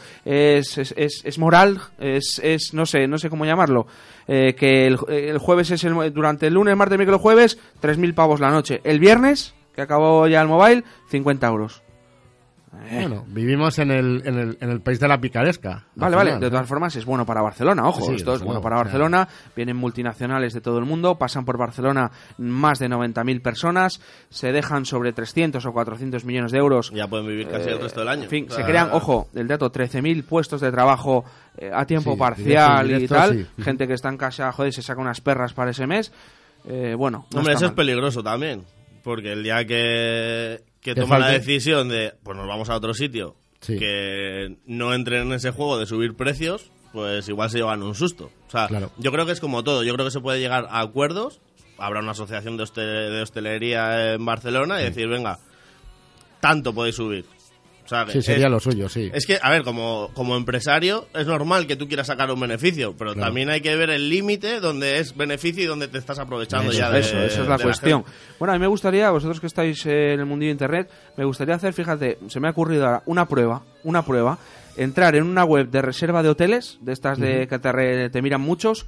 es moral, no sé cómo llamarlo. Que el jueves durante el lunes, martes, miércoles, jueves, 3.000 pavos la noche. El viernes, que acabó ya el mobile, 50 euros. Bueno, vivimos en el país de la picaresca. Vale, de todas formas es bueno para Barcelona, ojo, esto es bueno para Barcelona, vienen multinacionales de todo el mundo, pasan por Barcelona más de 90.000 personas, se dejan sobre 300 o 400 millones de euros. Ya pueden vivir casi el resto del año. En fin, se crean, ojo, el dato, 13.000 puestos de trabajo a tiempo parcial directo, y tal, gente que está en casa, se saca unas perras para ese mes, bueno. Hombre, eso es peligroso también, porque el día que toma la decisión de, pues nos vamos a otro sitio, que no entren en ese juego de subir precios, pues igual se llevan un susto. O sea, yo creo que es como todo, yo creo que se puede llegar a acuerdos, habrá una asociación de hostelería en Barcelona y decir, venga, tanto podéis subir. O sea, sí, sería lo suyo, sí. Es que, a ver, como empresario es normal que tú quieras sacar un beneficio, pero también hay que ver el límite donde es beneficio y donde te estás aprovechando eso es la cuestión. Bueno, a mí me gustaría, vosotros que estáis en el mundillo de internet, me gustaría hacer, fíjate, se me ha ocurrido ahora una prueba, entrar en una web de reserva de hoteles, de estas de que te miran muchos,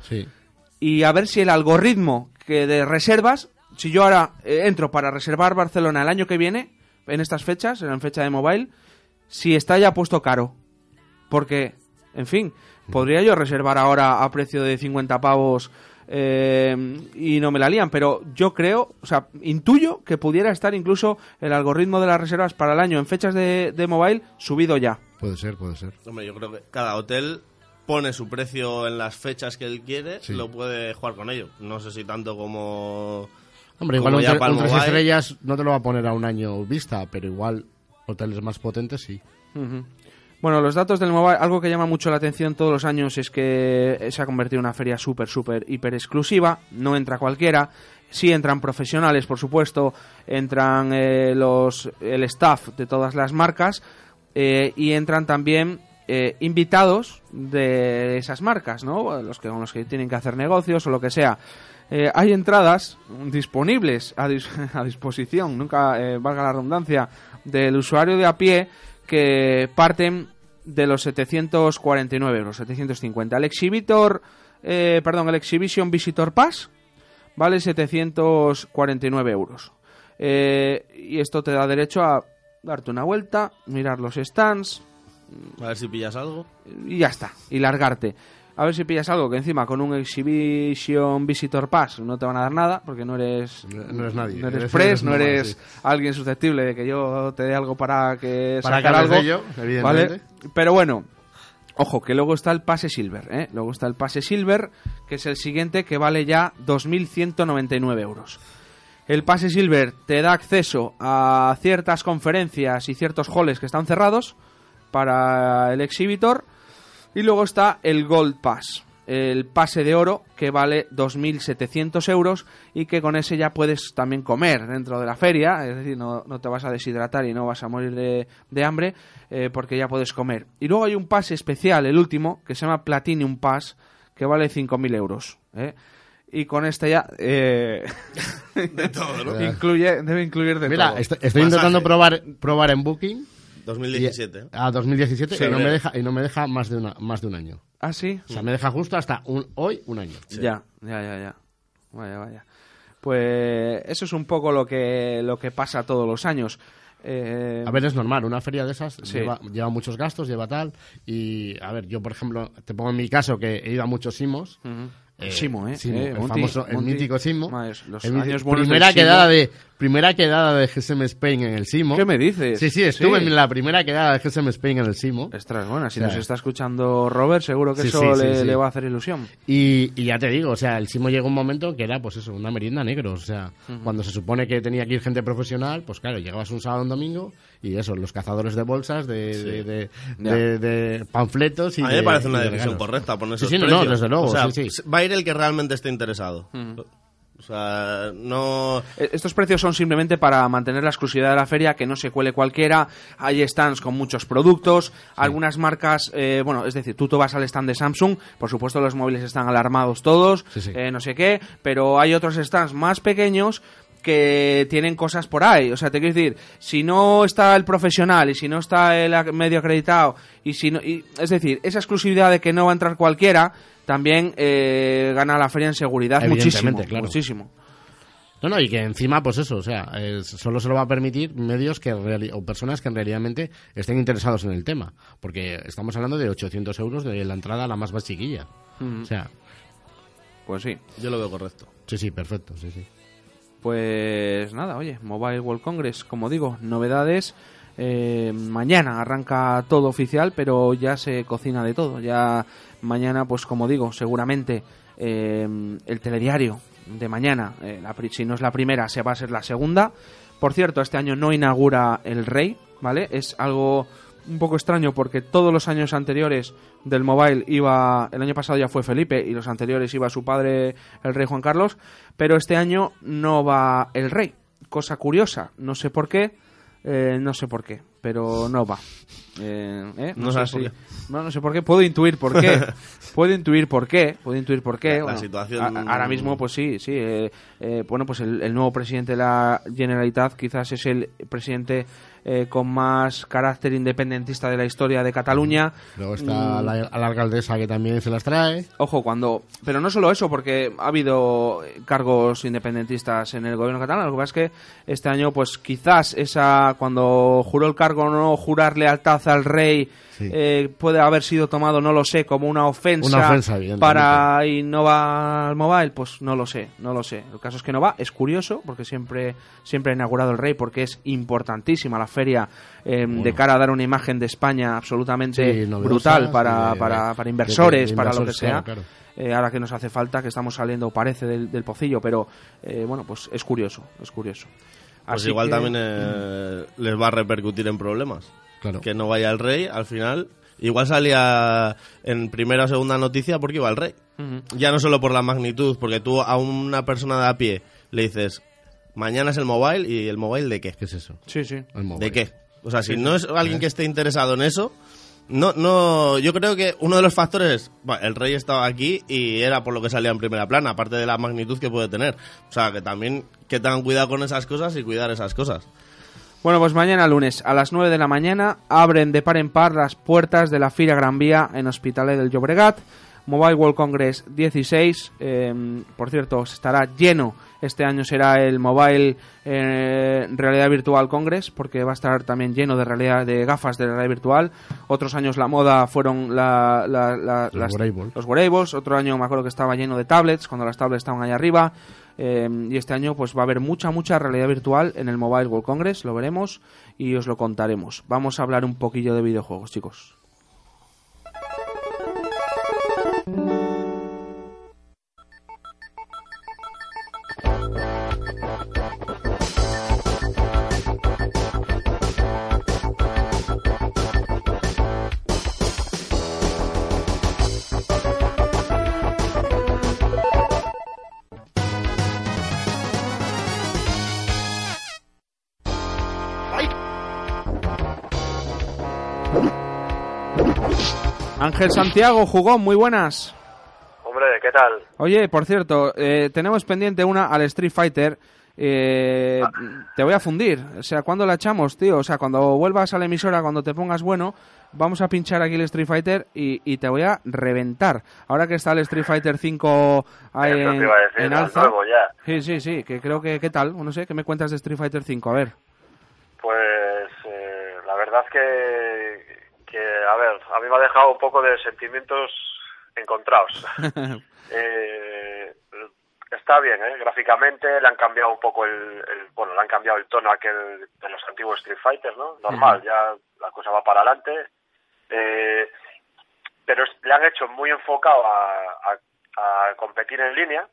y a ver si el algoritmo de reservas, si yo ahora entro para reservar Barcelona el año que viene, en estas fechas, en fecha de mobile, si está ya puesto caro. Porque, en fin, podría yo reservar ahora a precio de 50 pavos y no me la lían, pero yo creo, o sea, intuyo que pudiera estar incluso el algoritmo de las reservas para el año en fechas de mobile subido ya. Puede ser. Hombre, yo creo que cada hotel pone su precio en las fechas que él quiere, lo puede jugar con ello. No sé si tanto como... Hombre, igual un 3 estrellas no te lo va a poner a un año vista, pero igual hoteles más potentes sí. Bueno, los datos del mobile, algo que llama mucho la atención todos los años es que se ha convertido en una feria súper, hiper exclusiva, no entra cualquiera, sí entran profesionales, por supuesto, entran el staff de todas las marcas y entran también invitados de esas marcas, ¿no? Con los que tienen que hacer negocios o lo que sea. Hay entradas disponibles a disposición, nunca valga la redundancia, del usuario de a pie, que parten de los 749 euros, 750. El Exhibition Visitor Pass vale 749 euros. Y esto te da derecho a darte una vuelta, mirar los stands, a ver si pillas algo y ya está, y largarte. A ver si pillas algo, que encima con un Exhibition Visitor Pass no te van a dar nada, porque no eres nadie. No eres Fresh, no eres alguien susceptible de que yo te dé algo para sacar algo. Ello, evidentemente. ¿Vale? Pero bueno, ojo, que luego está el pase Silver, ¿eh? Luego está el pase Silver, que es el siguiente, que vale ya 2.199 euros. El pase Silver te da acceso a ciertas conferencias y ciertos halls que están cerrados para el Exhibitor. Y luego está el Gold Pass, el pase de oro, que vale 2.700 euros y que con ese ya puedes también comer dentro de la feria, es decir, no te vas a deshidratar y no vas a morir de hambre porque ya puedes comer. Y luego hay un pase especial, el último, que se llama Platinum Pass, que vale 5.000 euros. Y con este ya de todo, ¿no? debe incluir de todo. Mira, estoy intentando probar en Booking. 2017. 2017 sí, y no me deja más de un año. ¿Ah, sí? O sea, me deja justo hasta hoy un año. Sí. Ya. Vaya. Pues eso es un poco lo que pasa todos los años. A ver, es normal, una feria de esas lleva muchos gastos, lleva tal. Y, a ver, yo, por ejemplo, te pongo en mi caso que he ido a muchos Simos. Simo, el famoso, el mítico Simo. Los años buenos primera quedada de primera quedada de GSM Spain en el Simo. ¿Qué me dices? Sí, estuve en la primera quedada de GSM Spain en el Simo. Ostras, bueno, si nos está escuchando Robert, seguro que eso le va a hacer ilusión. Y ya te digo, o sea, el Simo llegó un momento que era, pues eso, una merienda negro. O sea, cuando se supone que tenía que ir gente profesional, pues claro, llegabas un sábado o un domingo y eso, los cazadores de bolsas, de panfletos y a mí me parece una decisión correcta poner esos precios. No, desde luego, o sea, va a ir el que realmente esté interesado. O sea, no... Estos precios son simplemente para mantener la exclusividad de la feria, que no se cuele cualquiera. Hay stands con muchos productos, algunas marcas, es decir, tú vas al stand de Samsung, por supuesto los móviles están alarmados todos, no sé qué, pero hay otros stands más pequeños que tienen cosas por ahí. O sea, te quiero decir, si no está el profesional y si no está el medio acreditado es decir, esa exclusividad de que no va a entrar cualquiera también gana la feria en seguridad muchísimo, claro. Muchísimo. No, y que encima, pues eso, o sea, solo se lo va a permitir medios o personas que realmente estén interesados en el tema, porque estamos hablando de 800 euros de la entrada a la más basiquilla. O sea, pues sí. Yo lo veo correcto. Sí, perfecto, sí. Pues nada, oye, Mobile World Congress, como digo, novedades. Mañana arranca todo oficial, pero ya se cocina de todo. Ya mañana, pues como digo, seguramente el telediario de mañana, si no es la primera, va a ser la segunda. Por cierto, este año no inaugura el Rey, ¿vale? Es algo un poco extraño porque todos los años anteriores del Mobile el año pasado ya fue Felipe y los anteriores iba su padre, el rey Juan Carlos, pero este año no va el Rey. Cosa curiosa, no sé por qué, pero no va. No sabes por qué. No sé por qué, puedo intuir por qué. La situación... Ahora mismo, pues sí. Pues el nuevo presidente de la Generalitat quizás es el presidente con más carácter independentista de la historia de Cataluña. Luego está la alcaldesa que también se las trae. Ojo, pero no solo eso, porque ha habido cargos independentistas en el gobierno catalán. Lo que pasa es que este año, pues quizás cuando juró el cargo, no jurar lealtad al rey, puede haber sido tomado, no lo sé, como una ofensa y no va al Mobile, pues no lo sé. El caso es que no va. Es curioso porque siempre ha inaugurado el Rey, porque es importantísima la feria de cara a dar una imagen de España absolutamente brutal para inversores, para lo que sea. Claro. Ahora que nos hace falta, que estamos saliendo, parece, del pocillo, pero pues es curioso. Pues así igual también les va a repercutir en problemas. Claro. Que no vaya el Rey, al final igual salía en primera o segunda noticia porque iba el Rey. Ya no solo por la magnitud, porque tú a una persona de a pie le dices, mañana es el Mobile, ¿y el Mobile de qué? ¿Qué es eso? Sí. ¿De qué? O sea, si no es alguien que esté interesado en eso, no, yo creo que uno de los factores es, el Rey estaba aquí y era por lo que salía en primera plana, aparte de la magnitud que puede tener. O sea, que también que tengan cuidado con esas cosas y cuidar esas cosas. Bueno, pues mañana lunes a las 9 de la mañana abren de par en par las puertas de la Fira Gran Vía en Hospitalet del Llobregat. Mobile World Congress 16, por cierto, estará lleno. Este año será el Mobile Realidad Virtual Congress, porque va a estar también lleno de gafas de realidad virtual. Otros años la moda fueron los wearables. Otro año me acuerdo que estaba lleno de tablets, cuando las tablets estaban allá arriba. Y este año pues va a haber mucha realidad virtual en el Mobile World Congress, lo veremos y os lo contaremos. Vamos a hablar un poquillo de videojuegos, chicos. Ángel Santiago, jugón, muy buenas. Hombre, ¿qué tal? Oye, por cierto, tenemos pendiente una al Street Fighter. Te voy a fundir. O sea, ¿cuándo la echamos, tío? O sea, cuando vuelvas a la emisora, cuando te pongas bueno, vamos a pinchar aquí el Street Fighter y te voy a reventar. Ahora que está el Street Fighter 5 ahí en alza. Nuevo ya. Sí, que creo que... ¿Qué tal? No sé, ¿qué me cuentas de Street Fighter 5? A ver. Pues la verdad es que, a ver, a mí me ha dejado un poco de sentimientos encontrados. está bien, gráficamente le han cambiado un poco le han cambiado el tono aquel de los antiguos Street Fighter, ¿no? Normal, ya la cosa va para adelante, pero le han hecho muy enfocado a competir en línea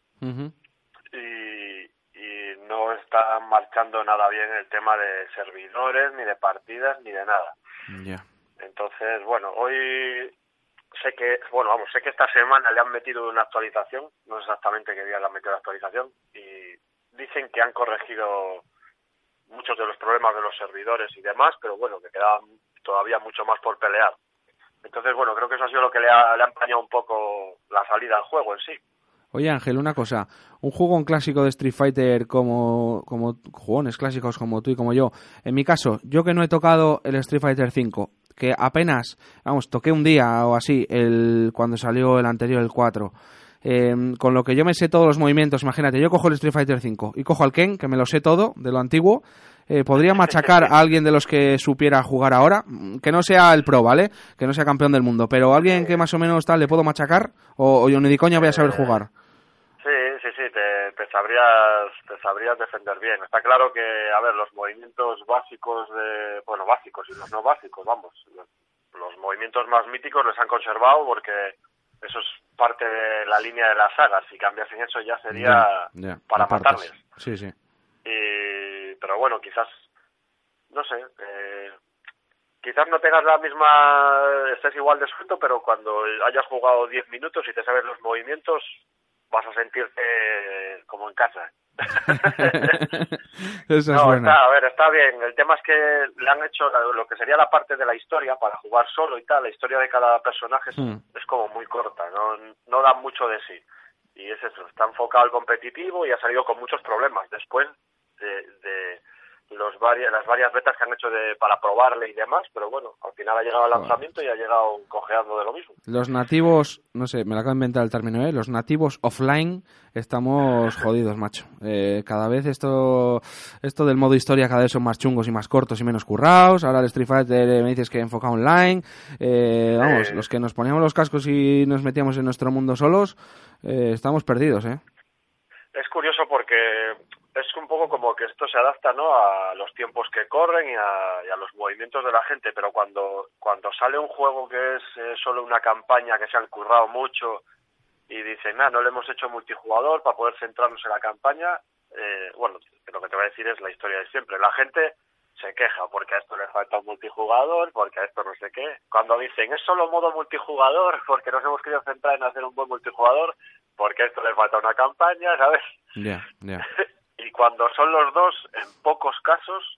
y no está marchando nada bien el tema de servidores, ni de partidas, ni de nada. Entonces, bueno, hoy sé que esta semana le han metido una actualización, no sé exactamente qué día le han metido la actualización, y dicen que han corregido muchos de los problemas de los servidores y demás, pero bueno, que queda todavía mucho más por pelear. Entonces, bueno, creo que eso ha sido lo que le ha empañado un poco la salida al juego en sí. Oye, Ángel, una cosa, un jugón clásico de Street Fighter como jugones clásicos como tú y como yo, en mi caso, yo que no he tocado el Street Fighter 5, que apenas, toqué un día o así, cuando salió el anterior, el 4, con lo que yo me sé todos los movimientos, imagínate, yo cojo el Street Fighter 5 y cojo al Ken, que me lo sé todo, de lo antiguo, ¿podría machacar a alguien de los que supiera jugar ahora? Que no sea el pro, ¿vale? Que no sea campeón del mundo, pero alguien que más o menos tal, ¿le puedo machacar? ¿O yo ni de coña voy a saber jugar? Sí, te sabrías defender bien. Está claro que, a ver, los movimientos básicos básicos y los no básicos, los movimientos más míticos los han conservado porque eso es parte de la línea de la saga. Si cambiasen eso ya sería para matarles. Sí. Pero bueno, quizás, no sé, quizás no tengas estés igual de suelto, pero cuando hayas jugado 10 minutos y te sabes los movimientos, vas a sentirte como en casa. Eso es bueno. Está bien. El tema es que le han hecho lo que sería la parte de la historia para jugar solo y tal. La historia de cada personaje es como muy corta, no da mucho de sí. Y es eso, está enfocado al competitivo y ha salido con muchos problemas después de las varias betas que han hecho para probarle y demás, pero bueno, al final ha llegado el lanzamiento y ha llegado cojeando de lo mismo. Los nativos, no sé, me lo acabo de inventar el término, los nativos offline estamos jodidos, macho. Cada vez esto del modo historia cada vez son más chungos y más cortos y menos currados. Ahora el Street Fighter me dices que enfocado online. Los que nos poníamos los cascos y nos metíamos en nuestro mundo solos, estamos perdidos, Es curioso porque es un poco como que esto se adapta, ¿no?, a los tiempos que corren y a los movimientos de la gente, pero cuando sale un juego que es solo una campaña que se han currado mucho y dicen, no le hemos hecho multijugador para poder centrarnos en la campaña, lo que te voy a decir es la historia de siempre. La gente se queja porque a esto le falta un multijugador, porque a esto no sé qué. Cuando dicen, es solo modo multijugador porque nos hemos querido centrar en hacer un buen multijugador, porque a esto le falta una campaña, ¿sabes? Ya. Y cuando son los dos, en pocos casos,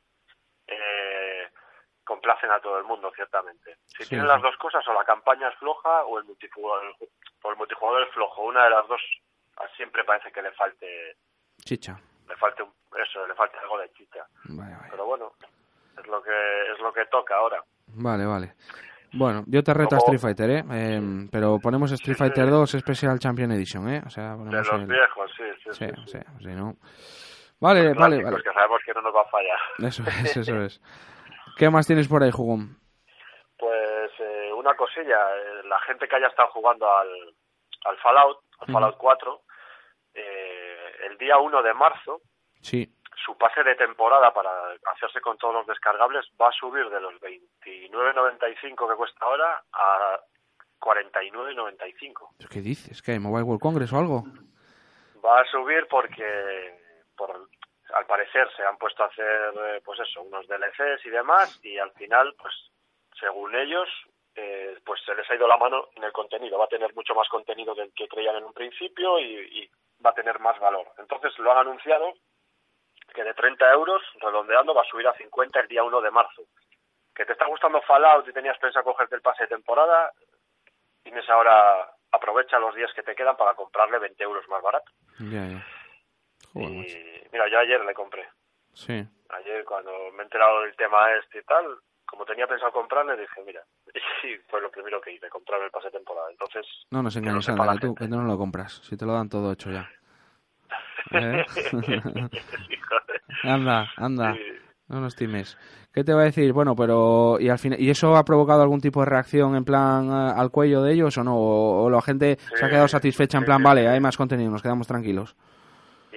complacen a todo el mundo, ciertamente. Si tienen las dos cosas, o la campaña es floja o el multijugador es flojo. Una de las dos siempre parece que le falte chicha. Le falte algo de chicha. Vale. Pero bueno, es lo que toca ahora. Vale. Bueno, yo te reto a Street Fighter, pero ponemos Street Fighter 2 Special Champion Edition, O sea, de los viejos, sí, ¿no? Vale. Que sabemos que no nos va a fallar. Eso es. ¿Qué más tienes por ahí, jugón? Pues una cosilla, la gente que haya estado jugando al Fallout 4, el día 1 de marzo, su pase de temporada para hacerse con todos los descargables va a subir de los 29.95 que cuesta ahora a 49.95. ¿Qué dices? ¿Qué? ¿Mobile World Congress o algo? Va a subir porque al parecer se han puesto a hacer unos DLCs y demás, y al final, pues según ellos, pues se les ha ido la mano en el contenido. Va a tener mucho más contenido del que creían en un principio y va a tener más valor. Entonces lo han anunciado que de 30 euros, redondeando, va a subir a 50 el día 1 de marzo. ¿Que te está gustando Fallout y tenías pensado cogerte el pase de temporada? Tienes ahora, aprovecha los días que te quedan para comprarle 20 euros más barato. Ya. Joder, mira, yo ayer le compré. Sí. Ayer cuando me he enterado del tema y tal, como tenía pensado comprarle, dije, mira, y fue lo primero que hice, comprar el pase de temporada. Entonces, no nos engañes, Ana, que tú no lo compras, si te lo dan todo hecho ya. Anda, no nos times. ¿Qué te va a decir? Bueno, pero y al final, ¿y eso ha provocado algún tipo de reacción en plan al cuello de ellos o no? ¿O la gente se ha quedado satisfecha en plan, vale, hay más contenido, nos quedamos tranquilos?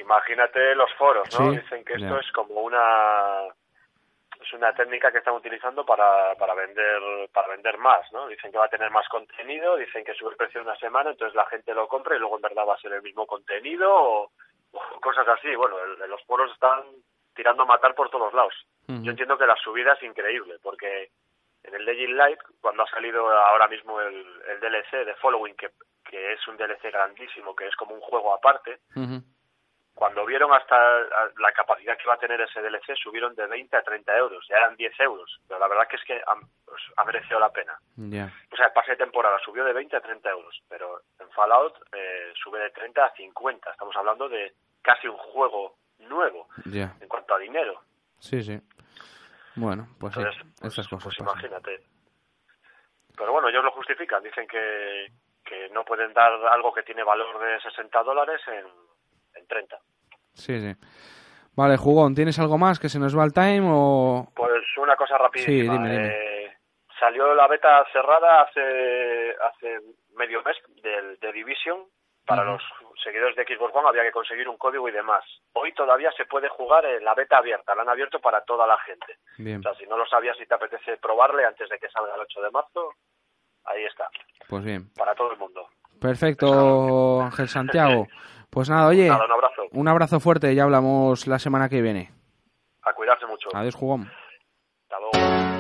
imagínate los foros, ¿no? Sí, Dicen que esto es como una técnica que están utilizando para vender más, ¿no? Dicen que va a tener más contenido, dicen que sube el precio una semana, entonces la gente lo compra y luego en verdad va a ser el mismo contenido o cosas así. Bueno, los foros están tirando a matar por todos lados. Yo entiendo que la subida es increíble, porque en el Legend Light, cuando ha salido ahora mismo el DLC de Following, que es un DLC grandísimo, que es como un juego aparte, cuando vieron hasta la capacidad que va a tener ese DLC, subieron de 20 a 30 euros, ya eran 10 euros, pero la verdad que es que ha merecido la pena. O sea, el pase de temporada subió de 20 a 30 euros, pero en Fallout sube de 30 a 50, estamos hablando de casi un juego nuevo en cuanto a dinero. Sí. Bueno, pues entonces, sí, estas cosas pues pasan. Imagínate. Pero bueno, ellos lo justifican, dicen que no pueden dar algo que tiene valor de $60 en 30. Sí. Vale, Jugón, ¿tienes algo más que se nos va el time o...? Pues una cosa rapidísima. Sí, dime. Salió la beta cerrada hace medio mes de Division. Para los seguidores de Xbox One había que conseguir un código y demás. Hoy todavía se puede jugar en la beta abierta, la han abierto para toda la gente. Bien. O sea, si no lo sabías y te apetece probarle antes de que salga el 8 de marzo, ahí está. Pues bien. Para todo el mundo. Perfecto, Ángel Santiago. Pues nada, oye, Nada, un abrazo. Un abrazo fuerte, ya hablamos la semana que viene. A cuidarse mucho. Adiós, Jugón. Hasta luego.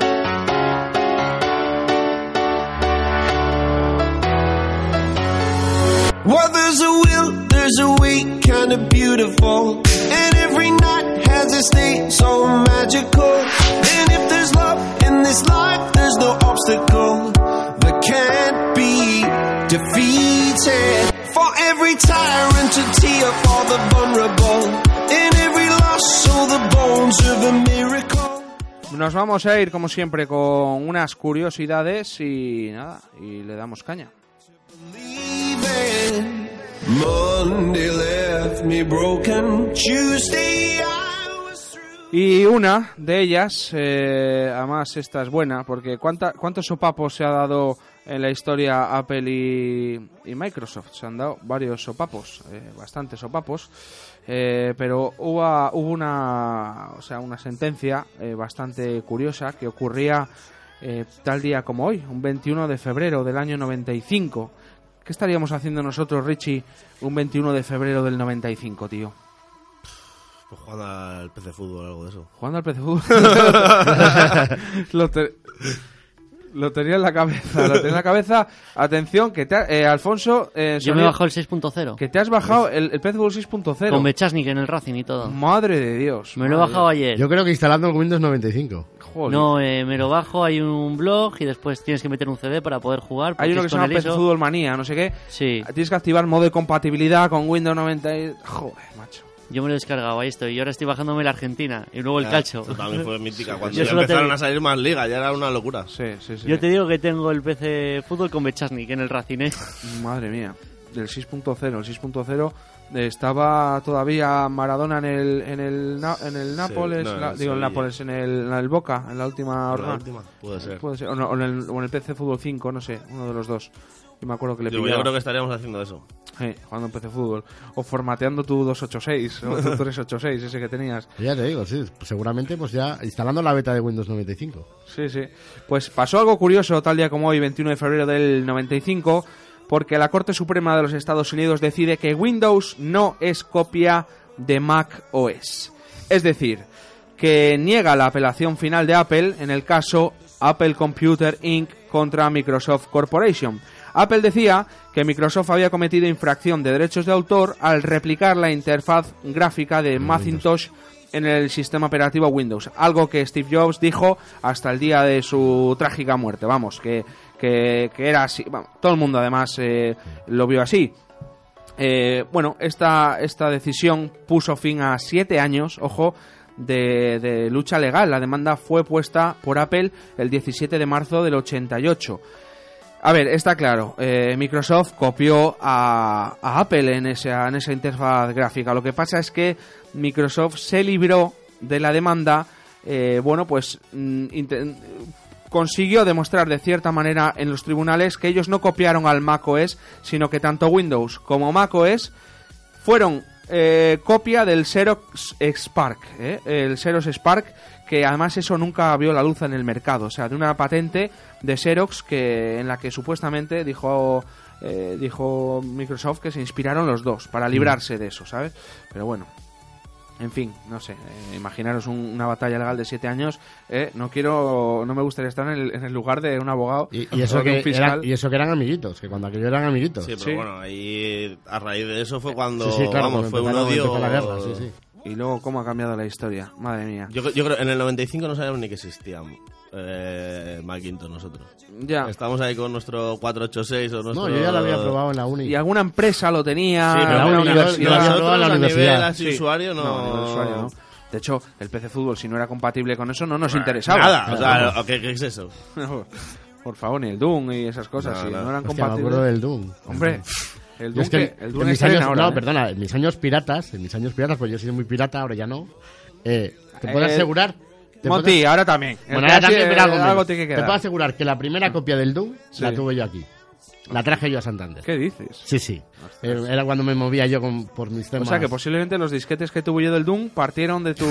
Well, there's a will, there's a way, kind of beautiful. And every night has a state so magical. And if there's love in this life, there's no obstacle that can't be defeated. For every tyrant to tear for the vulnerable. In every loss, so the bones of a miracle. Nos vamos a ir, como siempre, con unas curiosidades y nada, y le damos caña. Y una de ellas, además esta es buena, porque ¿cuántos sopapos se ha dado en la historia Apple y Microsoft? Se han dado varios sopapos, bastantes sopapos, pero hubo una sentencia bastante curiosa que ocurría tal día como hoy, un 21 de febrero del año 95. ¿Qué estaríamos haciendo nosotros, Richie, un 21 de febrero del 95, tío? Pues jugando al PC Fútbol o algo de eso. ¿Jugando al PC Fútbol? Lo tenía en la cabeza. Atención, que Alfonso... yo me he bajado el 6.0. Que te has bajado el PC Fútbol 6.0. Con Bechasnik en el Racing y todo. Madre de Dios. Me lo he bajado ayer. Yo creo que instalando el Windows 95. Joder. No, me lo bajo, hay un blog y después tienes que meter un CD para poder jugar. Hay uno que se llama PC Fútbol Manía, no sé qué. Sí. Tienes que activar modo de compatibilidad con Windows 90. Joder, macho. Yo me lo he descargado, ahí estoy. Y ahora estoy bajándome la Argentina y luego el calcio. Eso también fue mítica. Cuando ya empezaron a salir más ligas, ya era una locura. Sí. Yo te digo que tengo el PC Fútbol con Bechasnik en el Racing, ¿eh? Madre mía. Del 6.0. El 6.0 estaba todavía Maradona en el Nápoles. En Nápoles, en el Boca, en la última jornada. Puede ser. O en el PC Fútbol 5, no sé, uno de los dos. Y me acuerdo que le pillaba. Yo creo que estaríamos haciendo eso. Jugando en PC Fútbol. O formateando tu 286 o tu 386, ese que tenías. Ya te digo, sí. Seguramente pues ya instalando la beta de Windows 95. Sí. Pues pasó algo curioso tal día como hoy, 21 de febrero del 95, porque la Corte Suprema de los Estados Unidos decide que Windows no es copia de Mac OS. Es decir, que niega la apelación final de Apple en el caso Apple Computer Inc. contra Microsoft Corporation. Apple decía que Microsoft había cometido infracción de derechos de autor al replicar la interfaz gráfica de Macintosh en el sistema operativo Windows, algo que Steve Jobs dijo hasta el día de su trágica muerte. Vamos, que era así. Todo el mundo además lo vio así. Esta decisión puso fin a 7 años, ojo, de lucha legal. La demanda fue puesta por Apple el 17 de marzo del 88. A ver, está claro, Microsoft copió a Apple en esa interfaz gráfica. Lo que pasa es que Microsoft se libró de la demanda, consiguió demostrar de cierta manera en los tribunales que ellos no copiaron al macOS, sino que tanto Windows como macOS fueron copia del Xerox Spark, el Xerox Spark, que además eso nunca vio la luz en el mercado, o sea, de una patente de Xerox en la que supuestamente dijo Microsoft que se inspiraron los dos para librarse de eso, ¿sabes? Pero bueno, en fin, no sé, imaginaros una batalla legal de 7 años, no me gustaría estar en el lugar de un abogado y eso que eran amiguitos, que cuando aquello eran amiguitos. Sí, pero bueno, ahí a raíz de eso fue cuando, claro, fue un odio... la guerra, sí. Y luego cómo ha cambiado la historia, madre mía. Yo creo en el 95 no sabíamos ni que existía Macintosh nosotros. Ya. Estamos ahí con nuestro 486 o nuestro... No, yo ya lo había probado en la uni. Y alguna empresa lo tenía, sí, pero alguna universidad. Nosotros en la universidad. Sí. Usuario no. De hecho, el PC Fútbol, si no era compatible con eso, no nos interesaba. Nada, o sea, ¿qué es eso? Por favor, ni el Doom y esas cosas, no eran compatibles. Me acuerdo del Doom. Hombre... El Doom, es que el Doom en mis años, ahora, perdona, en mis años piratas, pues yo he sido muy pirata, ahora ya no. Te puedo asegurar... Monty, ahora también. Bueno, ahora también, pero algo tiene que quedar. Te puedo asegurar que la primera copia del Doom la tuve yo aquí. La traje yo a Santander. ¿Qué dices? Sí. Era cuando me movía yo por mis temas. O sea, que posiblemente los disquetes que tuve yo del Doom partieron de tu...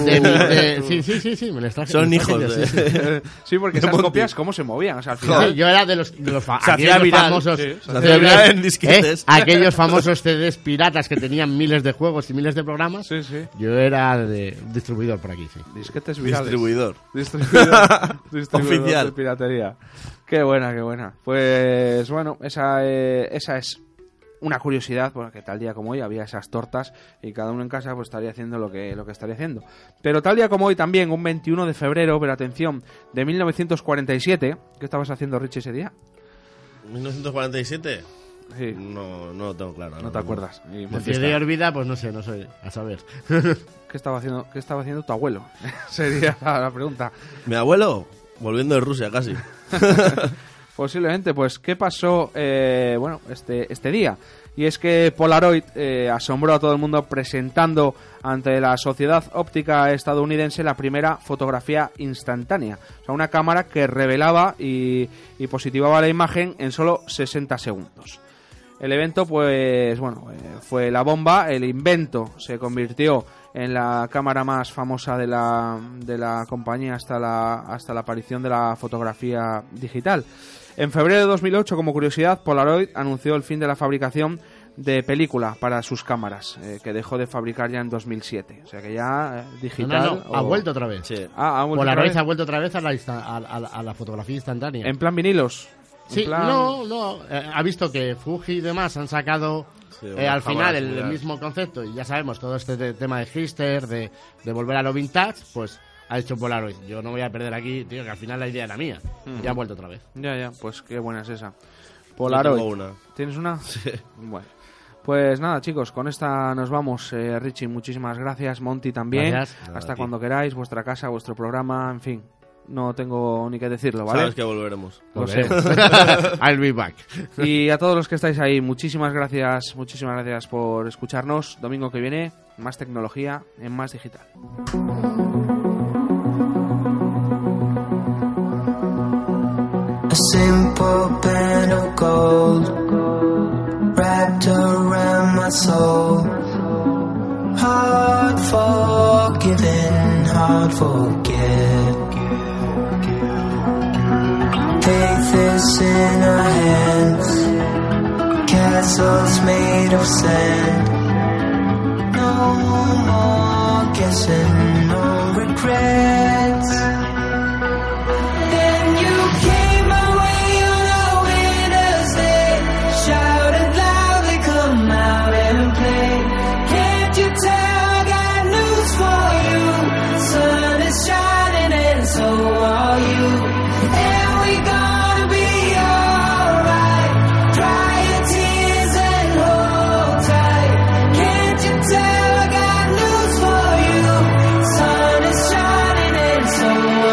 Sí, me los traje. Son hijos de... Sí, porque esas copias, ¿cómo se movían? O sea, al final... Yo era de los famosos... en disquetes. Aquellos famosos CDs piratas que tenían miles de juegos y miles de programas. Sí. Yo era de distribuidor por aquí, sí. Disquetes virales. Distribuidor oficial de piratería. Qué buena. Pues bueno, esa es una curiosidad, porque tal día como hoy había esas tortas y cada uno en casa pues estaría haciendo lo que estaría haciendo. Pero tal día como hoy también, un 21 de febrero, pero atención, de 1947, ¿qué estabas haciendo, Richie, ese día? ¿1947? Sí. No lo tengo claro. No te acuerdas. De Orbida, pues no sé, a saber. ¿Qué estaba haciendo tu abuelo? Sería la pregunta. ¿Mi abuelo? Volviendo de Rusia, casi. Posiblemente, pues, ¿qué pasó este día? Y es que Polaroid asombró a todo el mundo presentando ante la Sociedad Óptica Estadounidense la primera fotografía instantánea. O sea, una cámara que revelaba y positivaba la imagen en solo 60 segundos. El evento, pues, fue la bomba. El invento se convirtió en la cámara más famosa de la compañía hasta la aparición de la fotografía digital. En febrero de 2008, como curiosidad, Polaroid anunció el fin de la fabricación de película para sus cámaras, que dejó de fabricar ya en 2007. O sea que ya digital... Ha vuelto otra vez. Sí. Polaroid ha vuelto otra vez a la fotografía instantánea. ¿En plan vinilos? Sí, no. Ha visto que Fuji y demás han sacado al final el mismo concepto, y ya sabemos todo este tema de hipster, de volver a lo vintage, pues ha hecho Polaroid. Yo no voy a perder aquí, tío, que al final la idea era mía. Ya ha vuelto otra vez. Ya, pues qué buena es esa. Polaroid. Yo tengo una. ¿Tienes una? Sí. Bueno. Pues nada, chicos, con esta nos vamos. Richie, muchísimas gracias. Monty también. Gracias. Hasta cuando queráis, vuestra casa, vuestro programa, en fin. No tengo ni que decirlo, ¿vale? Sabes que volveremos. Lo sé. I'll be back. Y a todos los que estáis ahí, muchísimas gracias por escucharnos. Domingo que viene, más tecnología en Más Digital. A simple band of gold wrapped around my soul. Hard forgiven, hard forget. Faith is in our hands, castles made of sand. No more guessing, no regrets. Then you came my way on a winter's day, shouted loudly, come out and play. Can't you tell I got news for you? Sun is shining and so are you. And we gonna be alright. Dry your tears and hold tight. Can't you tell I got news for you? Sun is shining and so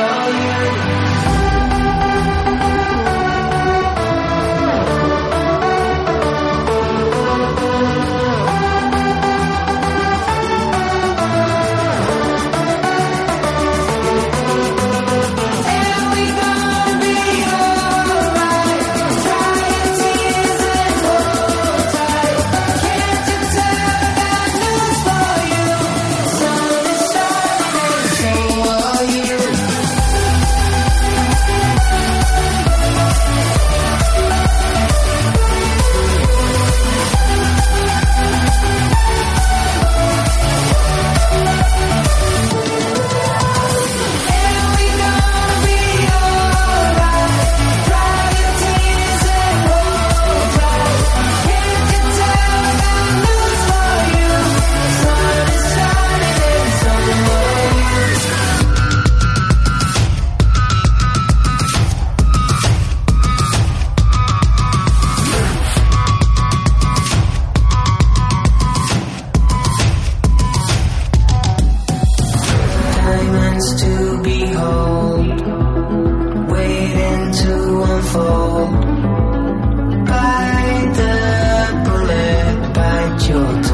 your